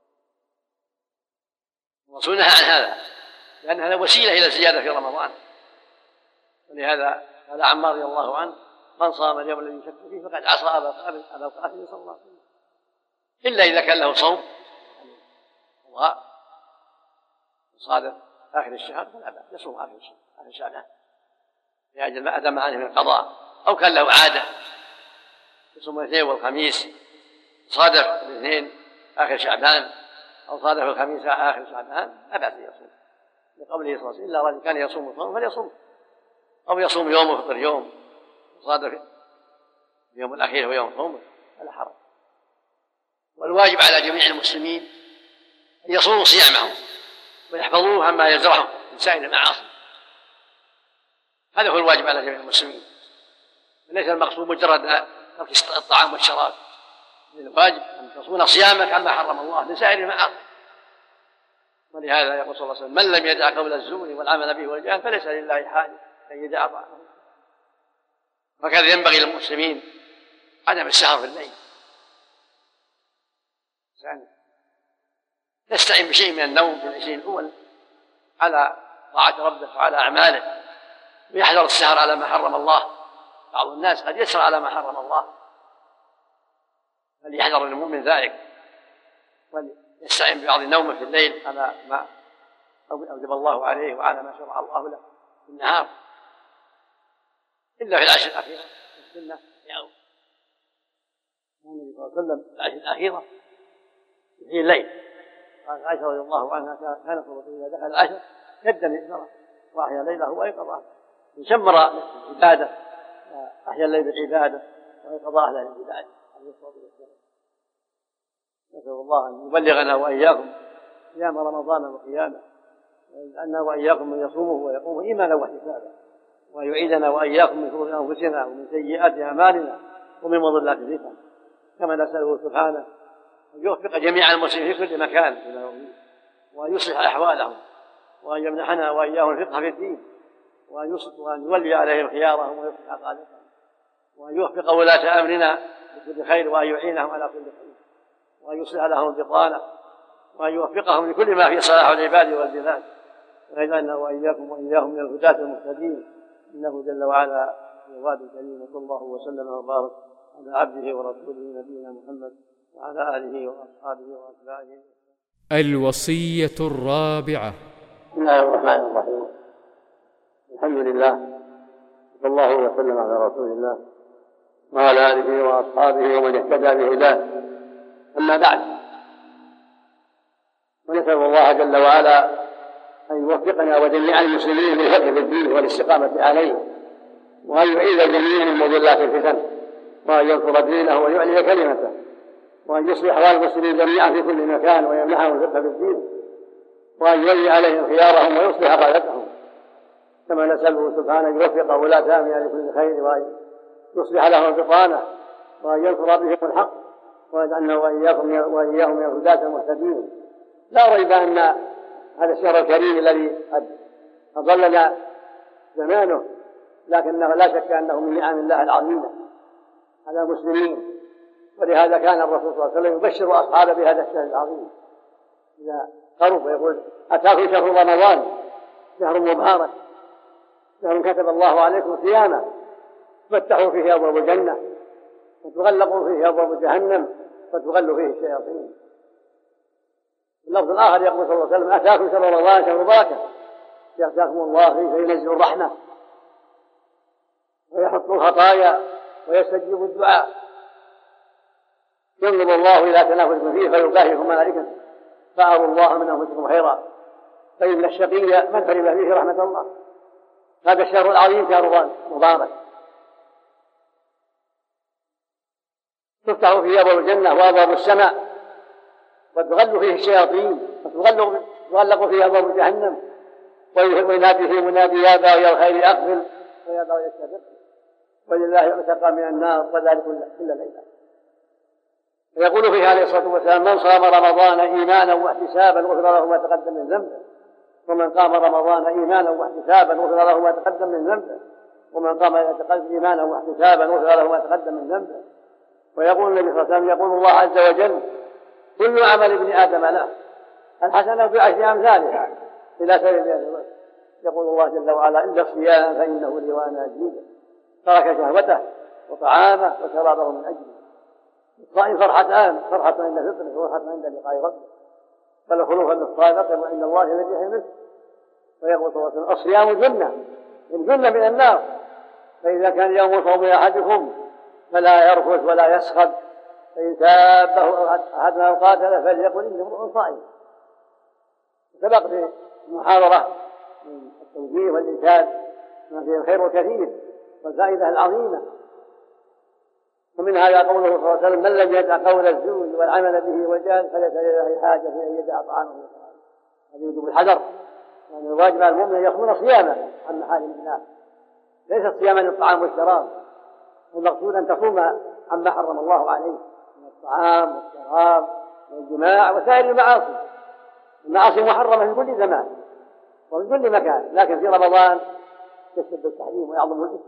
الرسول نهى عن هذا لأن هذا وسيلة إلى الزيادة في رمضان. ولهذا قال عمار رضي الله عنه من صام اليوم الذي شك فيه فقد عصى أبا القاسم صلى الله عليه وسلم، إلا إذا كان له صوم وصادف آخر الشهر فلا بأس يصوم آخر الشهر آخر شعبان لأجل ما أدم عنه من القضاء، أو كان له عادة يصوم الاثنين والخميس صادف الاثنين آخر شعبان أو صادف الخميس آخر شعبان لا بأس يصوم، لقوله صلى الله عليه وسلم إلا رجل كان يصوم صوم فليصوم، أو يصوم يوم ويفطر يوم صادف اليوم الأخير ويوم صومه فلا حرج. والواجب على جميع المسلمين أن يصوموا صيامهم ويحفظوه عما يزرعه من سائر المعاصي، هذا هو الواجب على جميع المسلمين، وليس المقصود مجرد ترك الطعام والشراب، الواجب أن تصون صيامك عما حرم الله من سائر المعاصي. ولهذا يقول صلى الله عليه وسلم من لم يدع قول الزور والعمل به والجهل فليس لله حاجة أن يدع طعامه. وكذا ينبغي للمسلمين عدم السهر في الليل، يستعين بشيء من النوم في العشرين الأول على طاعة ربه وعلى أعماله، ويحذر السهر على ما حرم الله. بعض الناس قد يسهر على ما حرم الله فليحذر المؤمن ذلك، وليستعين ببعض النوم في الليل على ما أوجب الله عليه وعلى ما شرع الله له في النهار، إلا في العشر الأخيرة السنة يوم النبي صلى الله عليه وسلم في العشر الأخيرة في الليل قال عائشة رضي الله عنها كان صلى الله عليه وسلم إذا دخل العشر شد مئزره وأحيا ليله وأيقظ شمر العبادة، أحيا الليل بالعبادة وأيقظ أهله بالعبادة. نسأل الله أن يبلغنا وإياكم قيام رمضان وقيامه، وأن وإياكم من يصومه ويقوم إيمانا واحتسابا، وأن يعيذنا وإياكم من شرور أنفسنا ومن سيئات أعمالنا ومن مضلات الفتن، كما نسأله سبحانه أن يوفق جميع المسلمين في كل مكان وأن يصلح أحوالهم، وأن يمنحنا وإياهم الفقه في الدين، وأن يولي عليهم خيارهم ويصلح عقائدهم، وأن يوفق ولاة أمرنا بكل خير، وأن يعينهم على كل خير، وأن يصلح لهم البطانة، وأن يوفقهم لكل ما فيه صلاح العباد والبلاد، ويجعلنا وإياكم وإياهم من الهداة المهتدين، إنه جل وعلا جواد كريم. وصلى الله وسلم وبارك على عبده ورسوله نبينا محمد وعلى آله وأصحابه وأتباعه. الوصية الرابعة. بسم الله الرحمن الرحيم، الحمد لله صلى الله وسلم على رسول الله وعلى آله وأصحابه ومن اهتدى بهداه، أما بعد، ونسأل الله جل وعلا أن يوفقنا وجميع المسلمين للفقه في الدين والاستقامة عليه، وأن يعيذ الجميع من مضلات الفتن، وأن ينصر دينه ويعلي كلمته، وأن يصلح أحوال المسلمين جميعا في كل مكان ويمنحهم الفقه في الدين، وأن يولي عليهم خيارهم ويصلح قادتهم، كما نسأله سبحانه أن يوفق ولاة أمرنا لكل خير، وأن يصلح لهم البطانة، وأن ينصر بهم الحق، ويجعلنا وإياكم وإياهم من الهداة المهتدين. لا ريب أن هذا الشهر الكريم الذي قد أظلنا زمانه، لكنه لا شك أنه من نعم الله العظيمة على المسلمين. ولهذا كان الرسول صلى الله عليه وسلم يبشر أصحابه بهذا الشهر العظيم إذا قرب، ويقول أتاكم شهر رمضان شهر مبارك، شهر كتب الله عليكم صيامه، تفتحوا فيه أبواب الجنة وتغلقوا فيه أبواب جهنم وتغل فيه الشياطين. اللفظ الآخر يقول صلى الله عليه وسلم أتاكم شهر رمضان شهر بركة يغشاكم الله فيه فينزل الرحمة ويحط الخطايا ويستجيب الدعاء، ينظر الله إلى تنافسكم فيه فيباهيكم ملائكته فأروا الله من أنفسكم خيرا، فإن الشقي من حرم فيه رحمة الله. هذا الشهر العظيم شهر مبارك تفتح فيه أبواب الجنة وأبواب السماء وتغل فيه الشياطين وتغلق فيه أبواب جهنم، وينادي فيه منادي يا باغي الخير أقبل ويا باغي الشر ولله يعتقى من النار وذلك كل ليلة. ويقول فيه عليه الصلاة والسلام من صام رمضان إيمانا واحتسابا غفر له ما تقدم من ذنبه، ومن قام رمضان إيمانا واحتسابا غفر له ما تقدم من ذنبه، ومن قام إيمانا واحتسابا غفر له ما تقدم من ذنبه. ويقول النبي صلى الله عليه وسلم يقول الله عز وجل كل عمل ابن آدم له الحسنة بعشر أمثالها إلى سبيل الله. يقول الله جل وعلا إلا الصيام فإنه لي وأنا أجزيه، ترك شهوته وطعامه وشرابه من أجله. الصائم فرحتان، فرحة عند فطره وفرحة عند لقاء ربه، بل خلوفا بالصائم أطيب وإن الله الذي يحمسه. ويقول صلى الله عليه وسلم الصيام جنة الجنة من النار، فإذا كان يوم صوم أحدكم فلا يرفث ولا يسخط، فإن سابه أحدنا أو قاتله فليقل إني امرؤ صائم. سبق في المحاضرة من التوجيه والإرشاد ما فيه الخير الكثير والفائدة العظيمة. ومن هذا قوله صلى الله عليه وسلم من لم يدع قول الزور والعمل به والجهل فليس لله حاجة في أن يدع طعامه وشرابه. هذا يجب الحذر، يعني الواجب على المؤمن أن يصوم صياما عن محارم الله، ليس صياما للطعام والشراب، المقصود أن تصوم عما حرم الله عليه من الطعام والشراب والجماع وسائر المعاصي. المعاصي محرمة في كل زمان وفي كل مكان، لكن في رمضان تشتد التحريم ويعظم الإثم.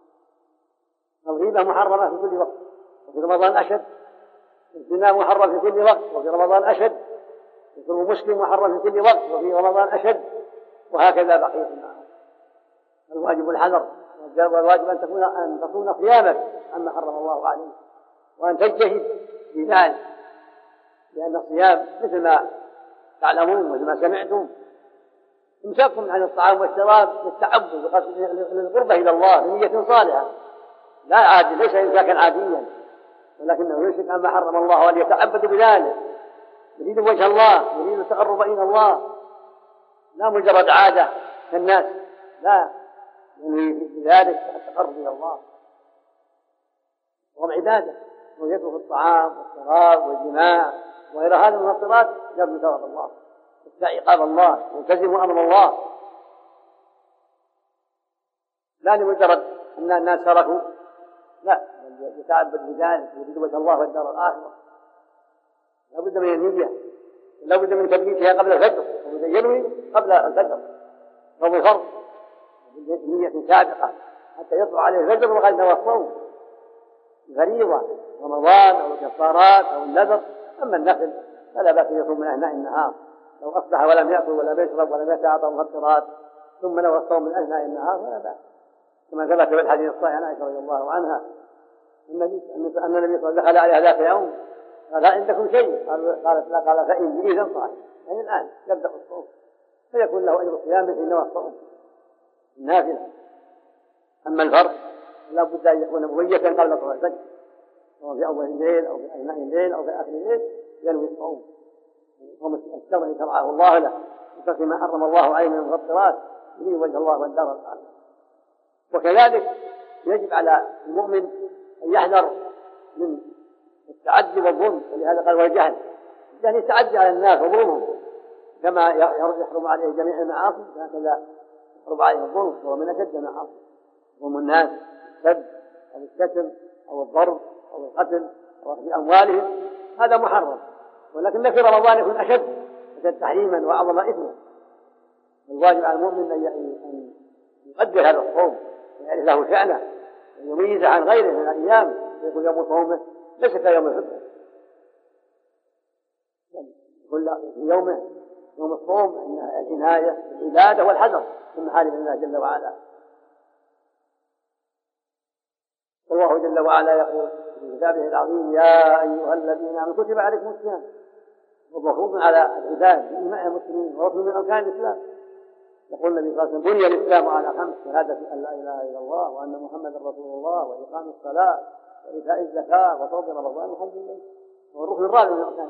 الغيبة محرمة في كل وقت وفي رمضان أشد، الزنا محرم في كل وقت وفي رمضان أشد، الظلم مسلم محرم في كل وقت وفي رمضان أشد، وهكذا بقية المعاصي. الواجب الحذر، والواجب أن تكون أن تصون صيامك عما حرم الله عليه، وأن تجتهد في ذلك، لأن الصيام مثل ما تعلمون ومثل ما سمعتم امساكم عن الطعام والشراب للتعبد للقربة إلى الله بنية صالحة، لا عادي، ليس إمساكا عاديا، ولكنه يمسك عما حرم الله وأن يتعبد بذلك، يريد وجه الله، يريد التقرب إلى الله، لا مجرد عادة كالناس، لا، يعني بذلك التقرب إلى الله وهو عبادة، ويترك الطعام والشراب والجماع وغير هذه المفطرات يرجو ثواب الله، يتقي عقاب الله، يلتزم أمر الله، لا لمجرد أن الناس تركوا، لا، يتعبد بذلك يريد وجه الله والدار الآخرة. لا بد من النية، لا بد من تبييتها قبل الفجر، وبد ينوي قبل الفجر صوم الفرض نية سابقة حتى يطلع عليه الفجر وقد نوى الصوم فريضة رمضان أو الكفارات أو النذر. أما النفل فلا بأس يصوم من أثناء النهار، لو أصبح ولم يأكل ولم يشرب ولم يتعاطى مفطرات ثم نوى الصوم من أثناء النهار فلا بأس، كما ثبت في الحديث الصحيح عن عائشة رضي الله عنها أن النبي صلى الله عليه وسلم دخل عليها ذات يوم قال عندكم شيء؟ قالت لا، قال فإني إذن صائم، يعني الآن يبدأ الصوم فيكون له أجر الصيام مثل نوى الصوم النافلة. أما الفرض لا بد أن يكون مبيتا قبل صلاة الفجر، سواء في أول الليل أو في أثناء الليل أو في آخر الليل ينوي الصوم، الصوم الشرعي الذي شرعه الله له وترك ما حرم الله عليه من المفطرات يريد وجه الله والدار الآخرة. وكذلك يجب على المؤمن أن يحذر من التعدي والظلم، ولهذا قال والجهل، يعني التعدي على الناس وظلمهم، كما يحرم عليه جميع المعاصي هكذا يحرم عليه الظلم، وهو من أشد المعاصي، ظلم الناس، السب أو الشتم أو الضرب أو القتل أو أخذ أموالهم، هذا محرم، ولكن في رمضان يكون أشد أشد تحريما وأعظم إثما. الواجب على المؤمن أن يقدر هذا الصوم ويعرف له شأنه ويميز عن غيره من الأيام، يقول يوم صومه ليس كيوم الفطر، يقول في يومه يوم الصوم أن العناية بالعبادة والحذر من محارم الله جل وعلا. والله جل وعلا يقول في كتابه العظيم: يا أيها الذين آمنوا كتب عليكم الصيام، ومفروض على العباد بإيمان المسلمين وركن من أركان الإسلام. يقول النبي صلى الله عليه وسلم: بني الإسلام على خمس: شهادة أن لا إله إلا الله وأن محمدا رسول الله وإقام الصلاة وإيتاء الزكاة وصوم رمضان وحج البيت، هو الركن الرابع من أركان.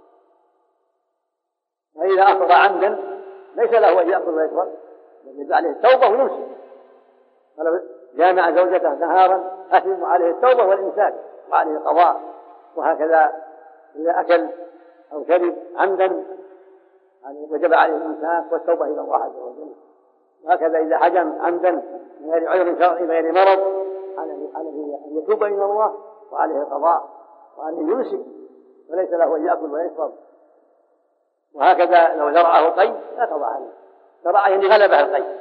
فإذا أفطر عمدا ليس له أن يأكل ويشرب، يجب عليه التوبة ويمسك. فلو جامع زوجته نهارا أثم عليه التوبة والإمساك وعليه القضاء. وهكذا إذا أكل أو شرب عمدا وجب عليه الإمساك والتوبة إلى الله عز وجل. وهكذا إذا حجم عمدا من غير عذر شرعي من غير مرض عليه أن يتوب إلى الله وعليه القضاء وعليه يمسك وليس له أن يأكل ويشرب. وهكذا لو زرعه القيء لا قضاء عليه، زرعه يعني غلبه القيء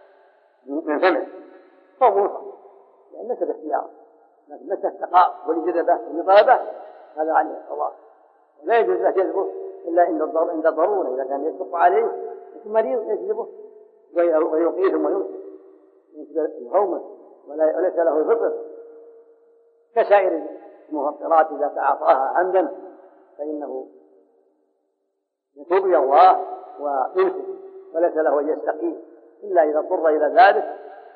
من فمه صومه صح، لأن ليس باختيار، لكن ليس استقاء ولجذبه ولطلبه هذا عليه القضاء. ولا يجوز له جذبه إلا عند الضرورة، إذا كان يشق عليه يكون مريض يجذبه ويقيثهم ويمسك يصومه وليس له الفطر كسائر المفطرات. إذا تعاطاها عمدا فإنه يتوب إلى الله ويمسك وليس له أن يستقيم إلا إذا اضطر إلى ذلك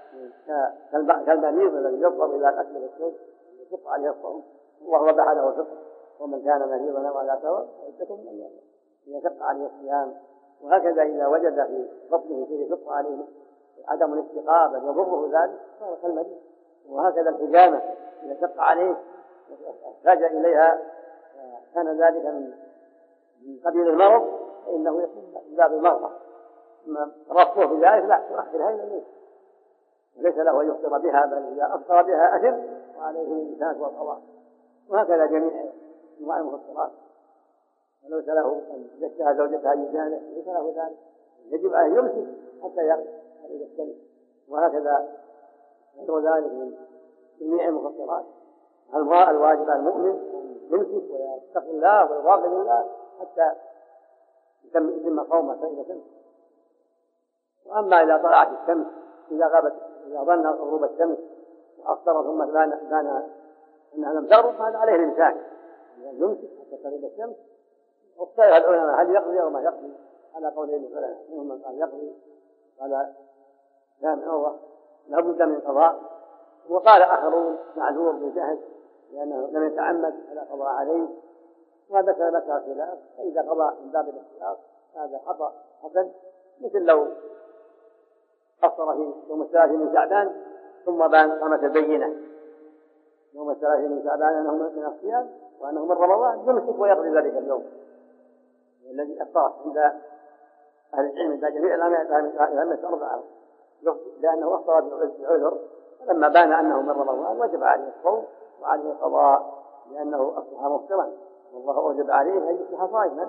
كالمريض الذي يضطر إلى الأكل والشرب يشق عليه الصوم والله ربح له الفطر. ومن كان مريضا أو على سفر فعدة من أيام إذا شق عليه الصيام. وهكذا إذا وجد في بطنه شيء يشق عليه عدم الاستيقاظ بل يضره ذلك فهو كالمريض. وهكذا الحجامة إذا شق عليه احتاج إليها كان ذلك من من قبيل المرض فإنه يكون من باب المرضى، أما رفضه في ذلك لا تؤخرها إلى الليل وليس له أن يفطر بها، بل إذا أفطر بها أثم وعليه الإمساك والقضاء. وهكذا جميع أنواع المفطرات. وليس له أن يشتهى زوجتها يجامع ليس له ذلك، يجب عليه يمسك حتى يغتسل. وهكذا غير ذلك من جميع المفطرات. المرأة الواجب على المؤمن يمسك ويتقي الله ويراقب الله حتى يتم صومه فإذا شمس. وأما إذا طلعت الشمس إذا غابت إذا ظن غروب الشمس وأفطر ثم بان أنها لم تغرب فهذا عليه الإمساك يمسك حتى تغيب الشمس. واختلف العلماء هل يقضي أو ما يقضي على قولين العلماء، منهم من قال يقضي قال جامع عروة لا بد من قضاء، وقال آخرون معذور بالجهل لأنه لم يتعمد فلا قضاء عليه. وهذا سلبك خلاف، فإذا قضى من باب الاختلاف هذا خطأ حسن، مثل لو أفطر في يوم الثلاثين من شعبان ثم بان قامت البينة يوم الثلاثين من شعبان أنه من الصيام وأنه من رمضان يمسك ويقضي ذلك اليوم الذي أفطر عند أهل العلم عند جميع الأئمة أربعة لأنه أفطر بعذر، فلما بان أنه من رمضان وجب عليه الصوم وعليه القضاء لأنه أصبح مفطرا والله أوجب عليه أن يصبح صائما،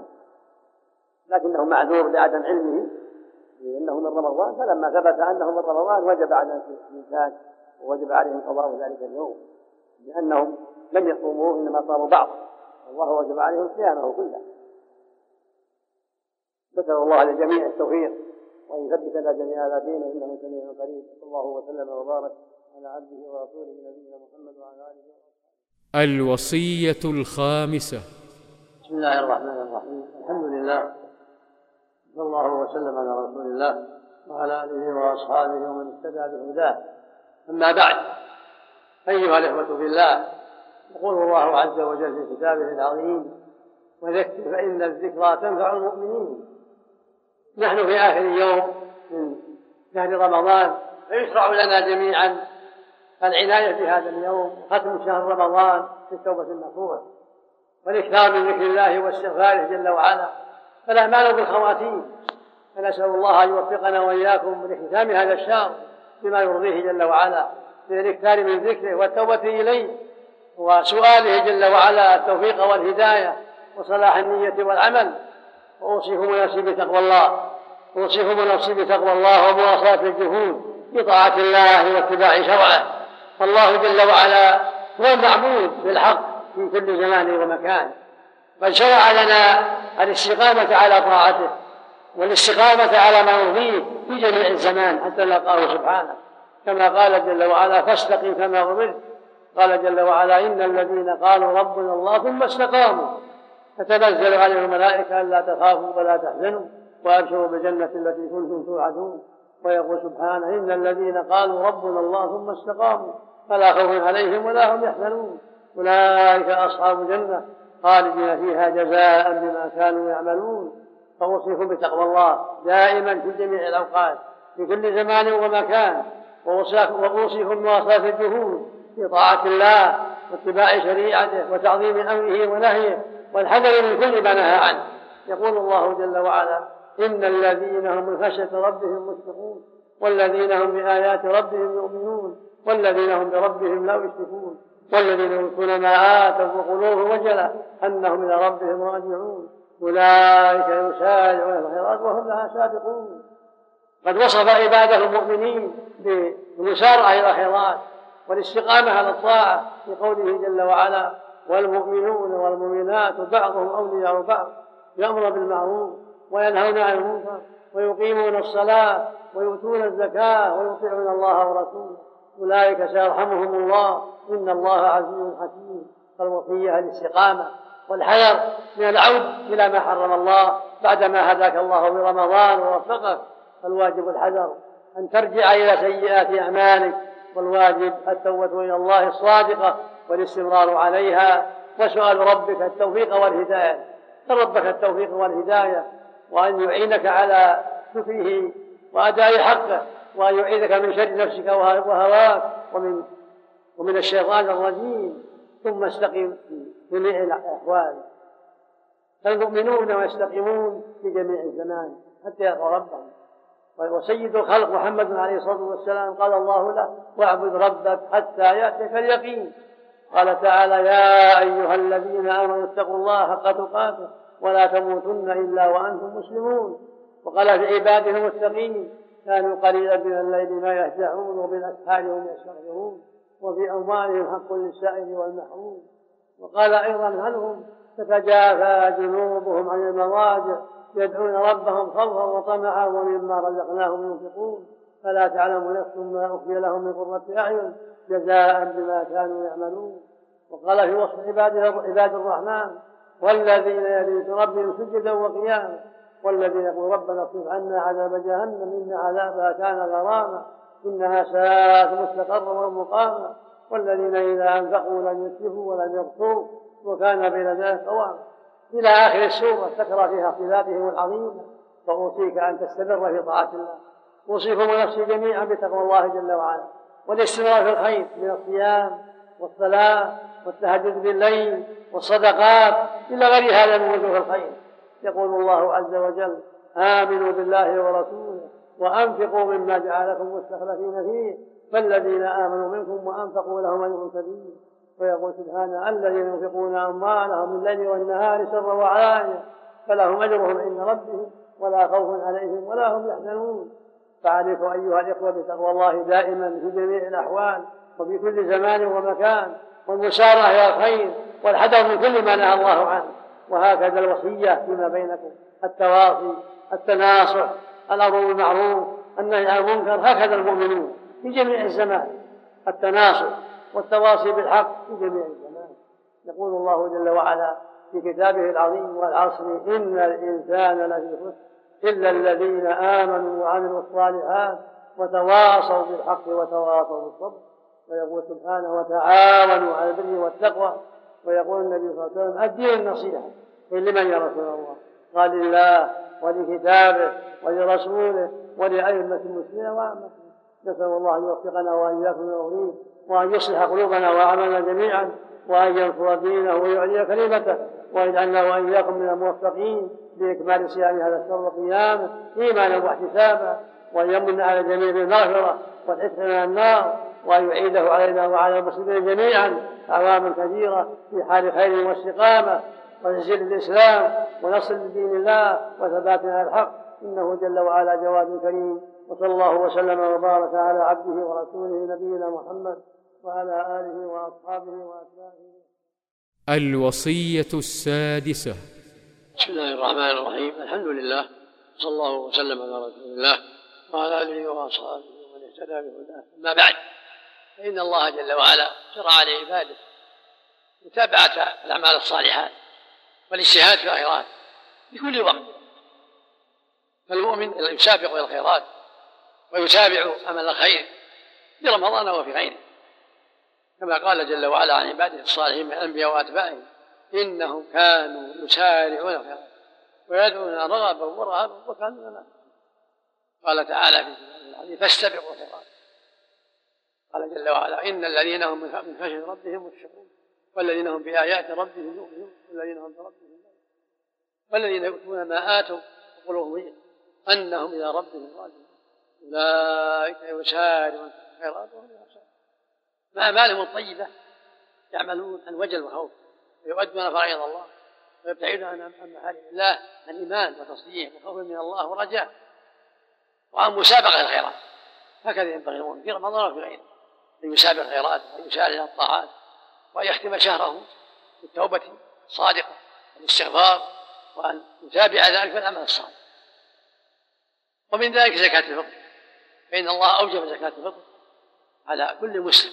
لكنه معذور لعدم علمه لأنه من رمضان، فلما ثبت أنه من رمضان وجب على الإنسان ووجب عليهم قضاء ذلك اليوم لأنهم لم يصوموه إنما صاموا بعض والله وجب عليهم صيامه كله. نسأل الله للجميع التوفيق وأن يثبتنا جميعا على دينه إنه سميع قريب. صلى الله وسلم وبارك على عبده ورسوله نبينا محمد وعلى آله وصحبه. الوصية الخامسة. بسم الله الرحمن الرحيم. الحمد لله صلى الله وسلم على رسول الله وعلى آله وأصحابه ومن اهتدى بهداه. أما بعد، أيها الإخوة في الله، يقول الله عز وجل في كتابه العظيم: وذكر فإن الذكرى تنفع المؤمنين. نحن في آخر يوم من شهر رمضان، فيشرع لنا جميعا العناية بهذا اليوم وختم شهر رمضان في التوبة النصوح والإكثار من ذكر الله واستغفاره جل وعلا، فالأعمال بالخواتيم. فنسأل الله أن يوفقنا وإياكم لختام هذا الشهر بما يرضيه جل وعلا من الإكثار من ذكره والتوبة إليه وسؤاله جل وعلا التوفيق والهداية وصلاح النية والعمل. وأوصيكم ونفسي بتقوى الله أوصيكم ونفسي بتقوى الله ومواصاة الجهود بطاعة الله واتباع شرعه. فالله جل وعلا هو المعبود بالحق في كل زمان ومكان، قد شرع لنا الاستقامة على طاعته والاستقامة على ما يرضيه في جميع الزمان حتى نلقاه سبحانه، كما قال جل وعلا فاستقم كما أمرت. قال جل وعلا إن الذين قالوا ربنا الله ثم استقاموا تتنزل عليهم الملائكة ألا تخافوا ولا تحزنوا وأبشروا بالجنة التي كنتم توعدون. ويقول سبحانه إن الذين قالوا ربنا الله ثم استقاموا فلا خوف عليهم ولا هم يحزنون أولئك أصحاب الجنة خالدين فيها جزاء بما كانوا يعملون. فأوصيكم بتقوى الله دائما في جميع الأوقات في كل زمان ومكان، وأوصيكم بمواصلة الجهود في طاعة الله واتباع شريعته وتعظيم أمره ونهيه والحذر من كل ما نهى عنه. يقول الله جل وعلا إن الذين هم من خشية ربهم مشفقون والذين هم بآيات ربهم يؤمنون والذين هم بربهم لا يشركون والذين يؤتون ما آتوا وقلوبهم وجلة أنهم إلى ربهم راجعون أولئك يسارعون في الخيرات وهم لها سابقون. قد وصف عباده المؤمنين بالمسارعة إلى الخيرات والاستقامة على الطاعة في قوله جل وعلا والمؤمنون والمؤمنات بعضهم أولياء بعض يأمر بالمعروف وينهون عن المنكر ويقيمون الصلاة ويؤتون الزكاة ويطيعون الله ورسوله أولئك سيرحمهم الله إن الله عزيز حكيم. فالوصية الاستقامة والحذر من العود إلى ما حرم الله بعدما هداك الله برمضان ووفقك. فالواجب الحذر أن ترجع إلى سيئات أعمالك، والواجب التوبة إلى الله الصادقة والاستمرار عليها وسؤال ربك التوفيق والهداية. سل ربك التوفيق والهداية وأن يعينك على شكره وأداء حقه وأن يعيذك من شر نفسك وهواك ومن ومن الشيطان الرجيم. ثم استقم في جميع الأحوال. فالمؤمنون يستقيمون في جميع الزمان حتى يلقوا ربهم. وسيد الخلق محمد عليه الصلاة والسلام قال الله له واعبد ربك حتى يأتيك اليقين. قال تعالى يا أيها الذين آمنوا اتقوا الله حق تقاته ولا تموتن إلا وأنتم مسلمون. وقال في عباده المتقين كانوا قليلا من الليل ما يهجعون وبالأسحار هم يستغفرون وفي أموالهم حق للسائل والمحروم. وقال أيضا عنهم تتجافى جنوبهم عن المضاجع يدعون ربهم خوفا وطمعا ومما رزقناهم ينفقون فلا تعلم نفس ما أخفي لهم من قرة أعين جزاء بما كانوا يعملون. وقال في وصف عباد الرحمن والذين يبيتون ربهم سجدا وقياما والذين يقول ربنا اصرف عنا عذاب جهنم إن عذابها كان غراما إنها ساءت مستقرا ومقاما والذين إذا أنفقوا لم يسرفوا ولم يقتروا وكان بين ذلك قواما إلى آخر السورة ذكر فيها صفاتهم العظيمة. فأوصيك أن تستمر في طاعة الله. أوصيكم ونفسي جميعا بتقوى الله جل وعلا والاستمرار في الخير من الصيام والصلاة والتهجد بالليل والصدقات إلى غير هذا من وجوه الخير. يقول الله عز وجل آمنوا بالله ورسوله وأنفقوا مما جعلكم مستخلفين فيه فالذين آمنوا منكم وأنفقوا لهم أجر كبير. ويقول سبحانه الذين ينفقون أموالهم بالليل والنهار سرا وعلانية فلهم أجرهم عند ربهم ولا خوف عليهم ولا هم يحزنون. فعليكم أيها الإخوة بتقوى الله دائما في جميع الأحوال وفي كل زمان ومكان والمسارعة إلى الخير والحذر من كل ما نهى الله عنه. وهكذا الوصية فيما بينكم التواصي التناصح الأمر بالمعروف النهي عن المنكر. هكذا المؤمنون في جميع الزمان التناصح والتواصي بالحق في جميع الزمان. يقول الله جل وعلا في كتابه العظيم والعصر إن الإنسان لفي خسر إلا الذين آمنوا وعملوا الصالحات وتواصوا بالحق وتواصوا بالصبر. ويقول سبحانه وتعاونوا على البر والتقوى. ويقول النبي صلى الله عليه وسلم الدين النصيحة. لمن يا رسول الله؟ قال لله ولكتابه ولرسوله ولأئمة المسلمين وعامة. نسأل الله أن يوفقنا وإياكم للتوفيق وأن يصلح قلوبنا وأعمالنا جميعا وأن ينصر دينه ويعلي كلمته ويجعلنا وإياكم من الموفقين بإكمال صيام هذا الشهر وقيامه إيمانا واحتسابا وأن يمن على الجميع بالمغفرة والعتق من النار وأن يعيده علينا وعلى المسلمين جميعا أعواما كثيرة في حال خير واستقامة وتسجيل الإسلام ونصر لدين الله وثباتنا على الحق إنه جل وعلا جواد كريم وصلى الله وسلم وبارك على عبده ورسوله نبينا محمد وعلى آله وأصحابه وأتباعه. الوصية السادسة. بسم الله الرحمن الرحيم. الحمد لله، صلى الله وسلم على رسول الله وعلى آله وأصحابه ومن اهتدى بهداه. أما بعد، فإن الله جل وعلا شرع لعباده متابعة الأعمال الصالحات والاجتهاد في الخيرات في كل وقت، فالمؤمن يسابق إلى الخيرات ويتابع عمل الخير في رمضان وفي غيره، كما قال جل وعلا عن عباده الصالحين من الأنبياء وأتباعهم: إنهم كانوا يسارعون الخيرات ويدعون رغبا ورهبا وكانوا لنا. قال تعالى في الحديث: فاستبقوا الخيرات. قال جل وعلا: إن الذين هم من خشية ربهم مشفقون والذين هم بآيات ربهم يؤمنون والذين هم بربهم والذين يؤتون ما آتوا وقلوبهم أنهم إلى ربهم راجعون أولئك يسارعون في الخيرات وهم يحسنون. مع أعمالهم الطيبة يعملون عن وجل وخوف ويؤدون فرائض الله ويبتعدون عن محارم الله عن إيمان وتصديق وخوف من الله ورجاء وعن مسابقة الخيرات. هكذا ينبغي المؤمن في رمضان وفي غيره أن يسابق الخيرات وأن يسارع إلى الطاعات وأن يختم شهره بالتوبة الصادقة والاستغفار وأن يتابع ذلك بالعمل الصالح. ومن ذلك زكاة الفطر، فإن الله أوجب زكاة الفطر على كل مسلم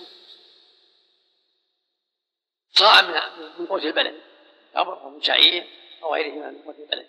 صاع من قوت البلد، تمر أو من شعير أو غيره من قوت البلد،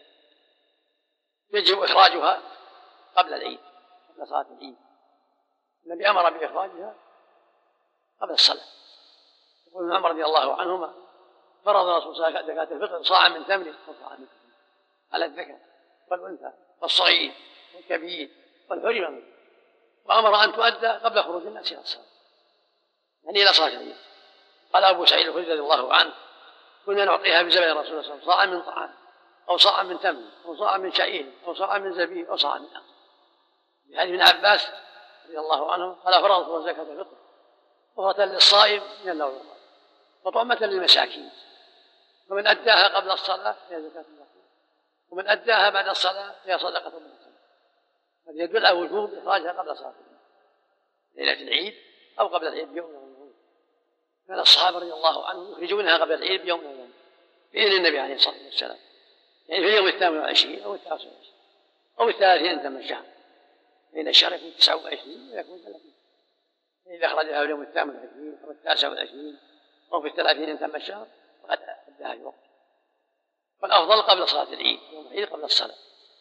يجب إخراجها قبل العيد، قبل صلاة العيد. النبي أمر بإخراجها قبل الصلاة. يقول ابن عمر رضي الله عنهما: فرض الرسول صلى الله عليه وسلم زكاة الفطر صاعا من تمر أو صاعا من تمر على الذكر والأنثى والصغير والكبير والحرم، وأمر أن تؤدى قبل خروج الناس إلى الصلاة، يعني إلى صلاة العيد. قال أبو سعيد الخدري رضي الله عنه: كنا نعطيها بزمن الرسول صلى الله عليه وسلم صاعا من طعام أو صاعا من تمر أو صاعا من شعير أو صاعا من زبيب أو صاعا من أمر. بحديث ابن عباس رضي الله عنه قال: فرض الله زكاة الفطر طهرة للصائم من اللغو والضرر وطعمة للمساكين، ومن أداها قبل الصلاة هي زكاة الفطر، ومن أداها بعد الصلاة هي صدقة من الصلاة. هذا يدل على وجوب إخراجها قبل صلاة ليلة العيد أو قبل العيد بيوم أو يوم. كان الصحابة رضي الله عنهم يخرجونها قبل العيد بيوم أو يوم بإذن النبي عليه الصلاة والسلام، يعني في اليوم الثامن والعشرين أو التاسع والعشرين أو الثلاثين تم الشهر، بين الشهر يكون تسعة وعشرين ويكون ثلاثين. إذا أخرجها في اليوم الثامن والعشرين أو التاسع والعشرين أو في الثلاثين تم الشهر وقد أداها في وقت. فالأفضل قبل صلاة العيد، يوم العيد قبل الصلاة.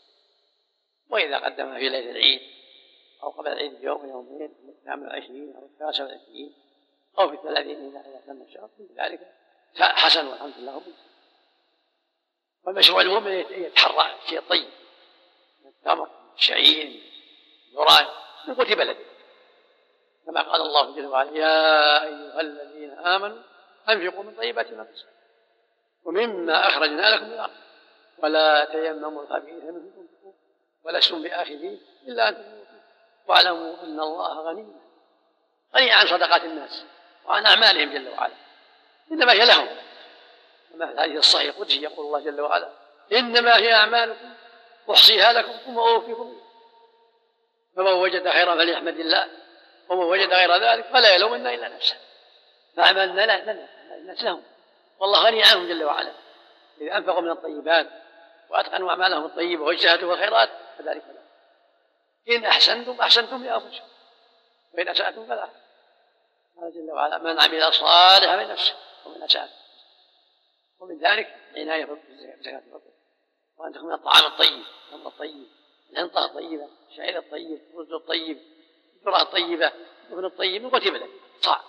وإذا قدمها في ليلة العيد أو قبل العيد بيوم يومين في الثامن والعشرين أو التاسع والعشرين أو في الثلاثين إذا تم الشهر، ذلك حسن والحمد لله. والمشروع المؤمن يتحرى شيء طيب من التمر، الشعير، الذرة، من قوت بلده، كما قال الله جل وعلا: يا أيها الذين آمنوا أنفقوا من طيبات ما كسبتم ومما أخرجنا لكم من الأرض ولا تيمموا الخبيث منه تنفقون ولستم بآخذيه إلا أن تنفقوا واعلموا أن الله غني غني عن صدقات الناس وعن أعمالهم جل وعلا، إنما هي لهم. وما في الحديث الصحيح القدسي يقول الله جل وعلا: إنما هي أعمالكم أحصيها لكم ثم أوفيكم، فمن وجد خيرا فليحمد الله ومن وجد غير ذلك فلا يلومن إلا نفسه. فأعمالنا لنا الناس لهم والله غني عنهم جل وعلا. إذا أنفقوا من الطيبات وأتقنوا أعمالهم الطيبة واجتهدوا في الخيرات فذلك لهم. إن أحسنتم أحسنتم لأنفسكم وإن أسأتم فلا. قال جل وعلا: من عمل صالحا من نفسه ومن أساء. ومن ذلك عناية بزكاة الفطر، وأن تكون الطعام الطيب، التمر الطيب، الحنطة الطيبة، الشعير الطيب، الرز الطيب، الذرة الطيبة، الدهن الطيب، من قوت بلد صاع.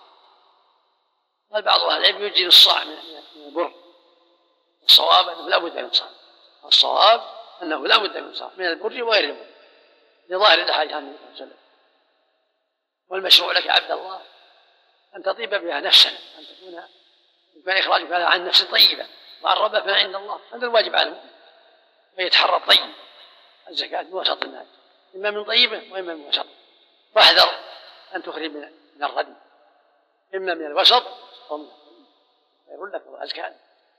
قال بعض أهل العلم يجزي الصاع من البر. الصواب أنه لا بد من صاع، الصواب أنه لا بد من صاع من البر وغير البر لظاهر الأحاديث عن النبي صلى الله عليه وسلم. والمشروع لك عبد الله أن تطيب بها نفسا، أن تكون يمكن إخراجك عن نفس طيبة معربة فما عند الله. هذا الواجب على المؤمن، فيتحرى الطيب. الزكاة من وسط الناس، إما من طيبة وإما من وسط. واحذر أن تخرج من الردي، إما من الوسط أو من الطيب، خير لك وأزكى لك.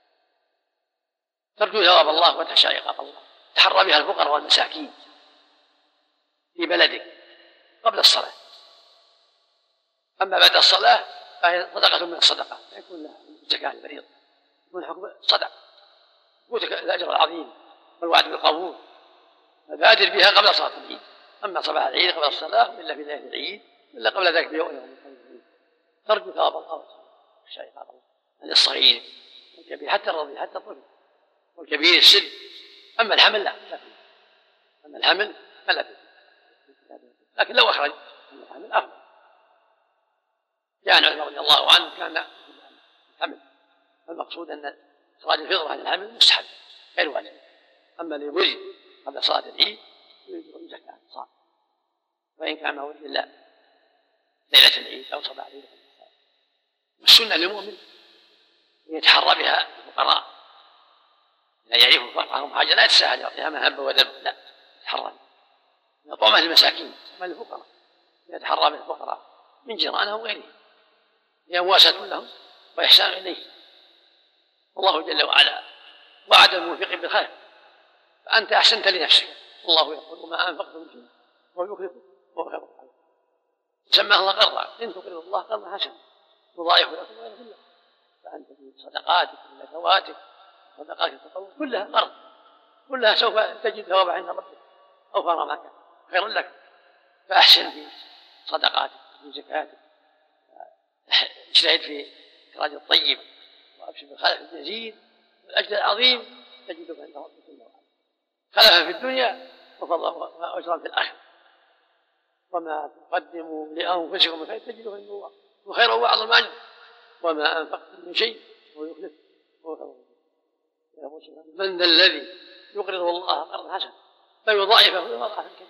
ترجو ثواب الله وتخشى عقاب الله. تحرى بها الفقراء والمساكين في بلدك قبل الصلاة. أما بعد الصلاة فهي صدقة من الصدقة، يكون لها زكاة الفريضة، يكون حكم صدقة، وتك الأجر العظيم والوعد بالقبول، فبادر بها قبل صلاة العيد. أما صباح العيد قبل الصلاة إلا في ليلة العيد إلا قبل ذلك بيوم يوم العيد، ترجو ثواب الله والشيء هذا عن الصغير والكبير حتى الرضيع حتى الطفل والكبير السن. أما الحمل لا لا فيه. أما الحمل فلا فيه، لكن لو أخرج أما الحمل أفضل. يعني عمر رضي الله عنه كان الحمل، المقصود أن إخراج الفطر عن الحمل مستحب غير واجب. أما اللي ولد قبل صلاة العيد يجب زكاة صاع، وإن كان ما ولد إلا ليلة العيد أو صباح العيد. والسنة للمؤمن يتحرى بها الفقراء، لا يعرف فقرهم حاجة لا يتساهل يعطيها مهبة ودب، لا يتحرى يطعمها للمساكين وما للفقراء، يتحرى بالفقراء من جيرانهم وغيرهم لمواساة لهم وإحسان إليه. الله جل وعلا وعد المنفق بالخير، فأنت أحسنت لنفسك. الله يقول وما أنفقتم من شيء وهو يخلفه وهو خير الرازقين. سماه الله قرضا، إن تقرضوا الله قرضا حسنا يضاعف لكم ويغفر لكم. فأنت في صدقاتك وزكواتك صدقات التطوع كلها قرض، كلها سوف تجد ثوابا عند ربك أوفر ما كان خير لك. فأحسن في صدقاتك في زكاتك، اجتهد في إخراج الطيب وأبشر بالخلف الجزيل والأجر العظيم تجده عند ربك جل وعلا، خلفا في الدنيا وفضلا وأجرا في الآخرة. وما تقدموا لأنفسكم من خير تجده عند الله وخيرا وأعظم أجر، وما أنفقتم من شيء هو يخلف وهو خير الرازقين. من ذا الذي يقرض الله قرضا حسنا فيضاعفه لأضعاف كثيرة.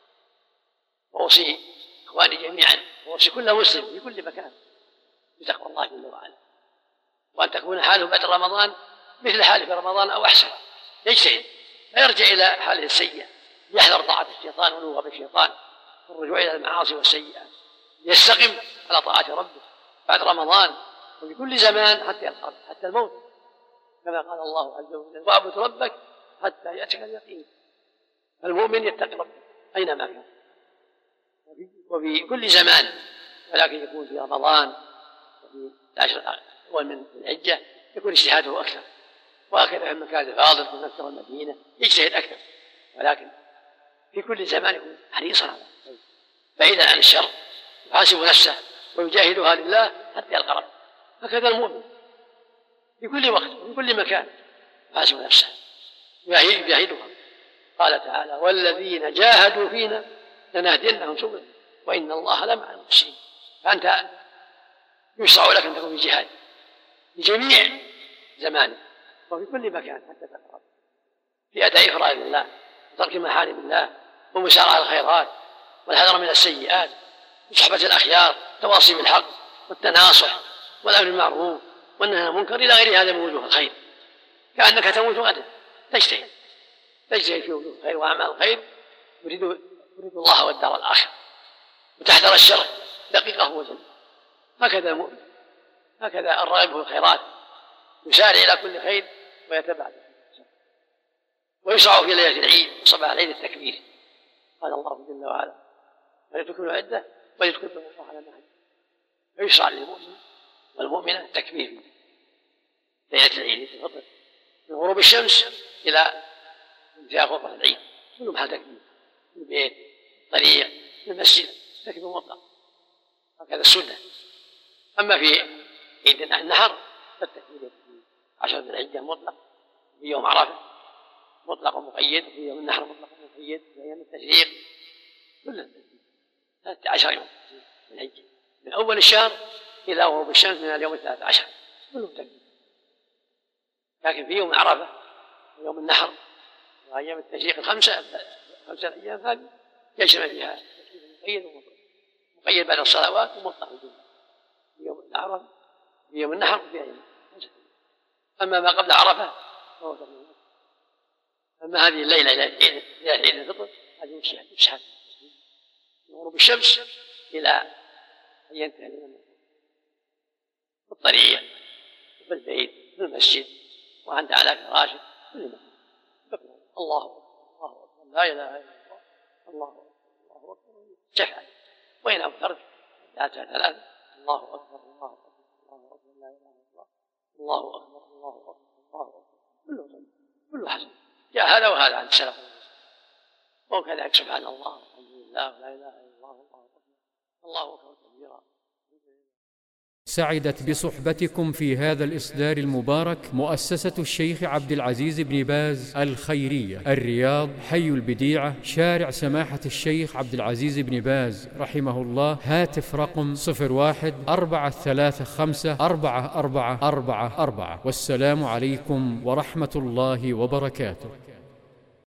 وأوصي إخواني جميعا وأوصي كل مسلم في كل مكان بتقوى الله جل وعلا، وأن تكون حاله بعد رمضان مثل حاله في رمضان أو أحسن. يجتهد لا يرجع إلى حاله السيئة، يحذر طاعة الشيطان ونوغب الشيطان والرجوع إلى المعاصي والسيئات، يستقم على طاعة ربه بعد رمضان وفي كل زمان حتى يلقى حتى الموت، كما قال الله عز وجل واعبد ربك حتى يأتيك اليقين. المؤمن يتقي ربه أينما كان وفي كل زمان، ولكن يكون في رمضان وفي العشر الأول من الحجة يكون اجتهاده أكثر، وهكذا في المكان الفاضل في مكة والمدينة يجتهد أكثر، ولكن في كل زمان يكون حريصا على بعيدا عن الشر، يحاسب نفسه ويجاهدها لله حتى يلقى ربه. هكذا المؤمن في كل وقت وفي كل مكان يحاسب نفسه ويجاهدها. قال تعالى والذين جاهدوا فينا لنهدينهم سبلنا وإن الله لمع المحسنين. فأنت يشرع لك أن تكون في جهاد في جميع زمانك وفي كل مكان حتى تقرب في أداء فرائض الله وترك محارم الله ومسارعة الخيرات والحذر من السيئات وصحبة الأخيار، تواصي بالحق والتناصح والأمر بالمعروف والنهي عن المنكر إلى غير هذا من وجوه الخير، كأنك تموت غدا. تجتهد تجتهد في وجوه الخير وأعمال الخير، تريد تريد الله والدار الآخرة، وتحذر الشر دقيقه وجل. هكذا المؤمن، هكذا الراغب في الخيرات يسارع إلى كل خير ويتبع ويشرع في ليلة العيد وصباح العيد التكبير. قال الله جل وعلا ولتكملوا العدة ولتكبروا الله على ما هداكم. فيشرع للمؤمن والمؤمنة التكبير في ليلة العيد الفطر من غروب الشمس إلى انتهاء خطبة العيد، كل محل تكبير في البيت الطريق في المسجد تكبير مطلق، هكذا السنة. أما في عيد النحر فالتكبير في عشرة ذي الحجة مطلق، في يوم عرفة مطلق ومقيد، في يوم النحر مطلق ومقيد، في أيام التشريق كل ثلاثة عشر يوم من الحجة من أول الشهر إلى غروب الشمس من اليوم الثالث عشر كله تكبير. لكن في يوم عرفة ويوم النحر وأيام التشريق الخمسة خمسة أيام هذه يجمع فيها مقيد ومطلق، مقيد بعد الصلوات ومطلق الجمعة في يوم عرفة في يوم النحر وفي أيام خمسة. أما ما قبل عرفة فهو تكبير. أما هذه الليلة إلى عيد الفطر هذه مسحة من غروب الشمس إلى أن ينتهي اليوم في الطريق في البيت في المسجد وأنت على فراشك كل ما الله الله أكبر لا إله إلا الله الله أكبر الله أكبر تفعل وإن أكثرت جعلتها ثلاثة. الله أكبر الله أكبر الله أكبر لا إله إلا الله الله أكبر الله أكبر الله أكبر كله طيب كله حسن. جاء هذا وهذا عن السلف وكذلك سبحان الله والحمد لله ولا إله إلا الله الله أكبر الله أكبر كبيرا. سعدت بصحبتكم في هذا الإصدار المبارك مؤسسة الشيخ عبد العزيز بن باز الخيرية، الرياض، حي البديعة، شارع سماحة الشيخ عبد العزيز بن باز رحمه الله. هاتف رقم صفر واحد أربعة ثلاثة خمسة أربعة أربعة أربعة أربعة. والسلام عليكم ورحمة الله وبركاته.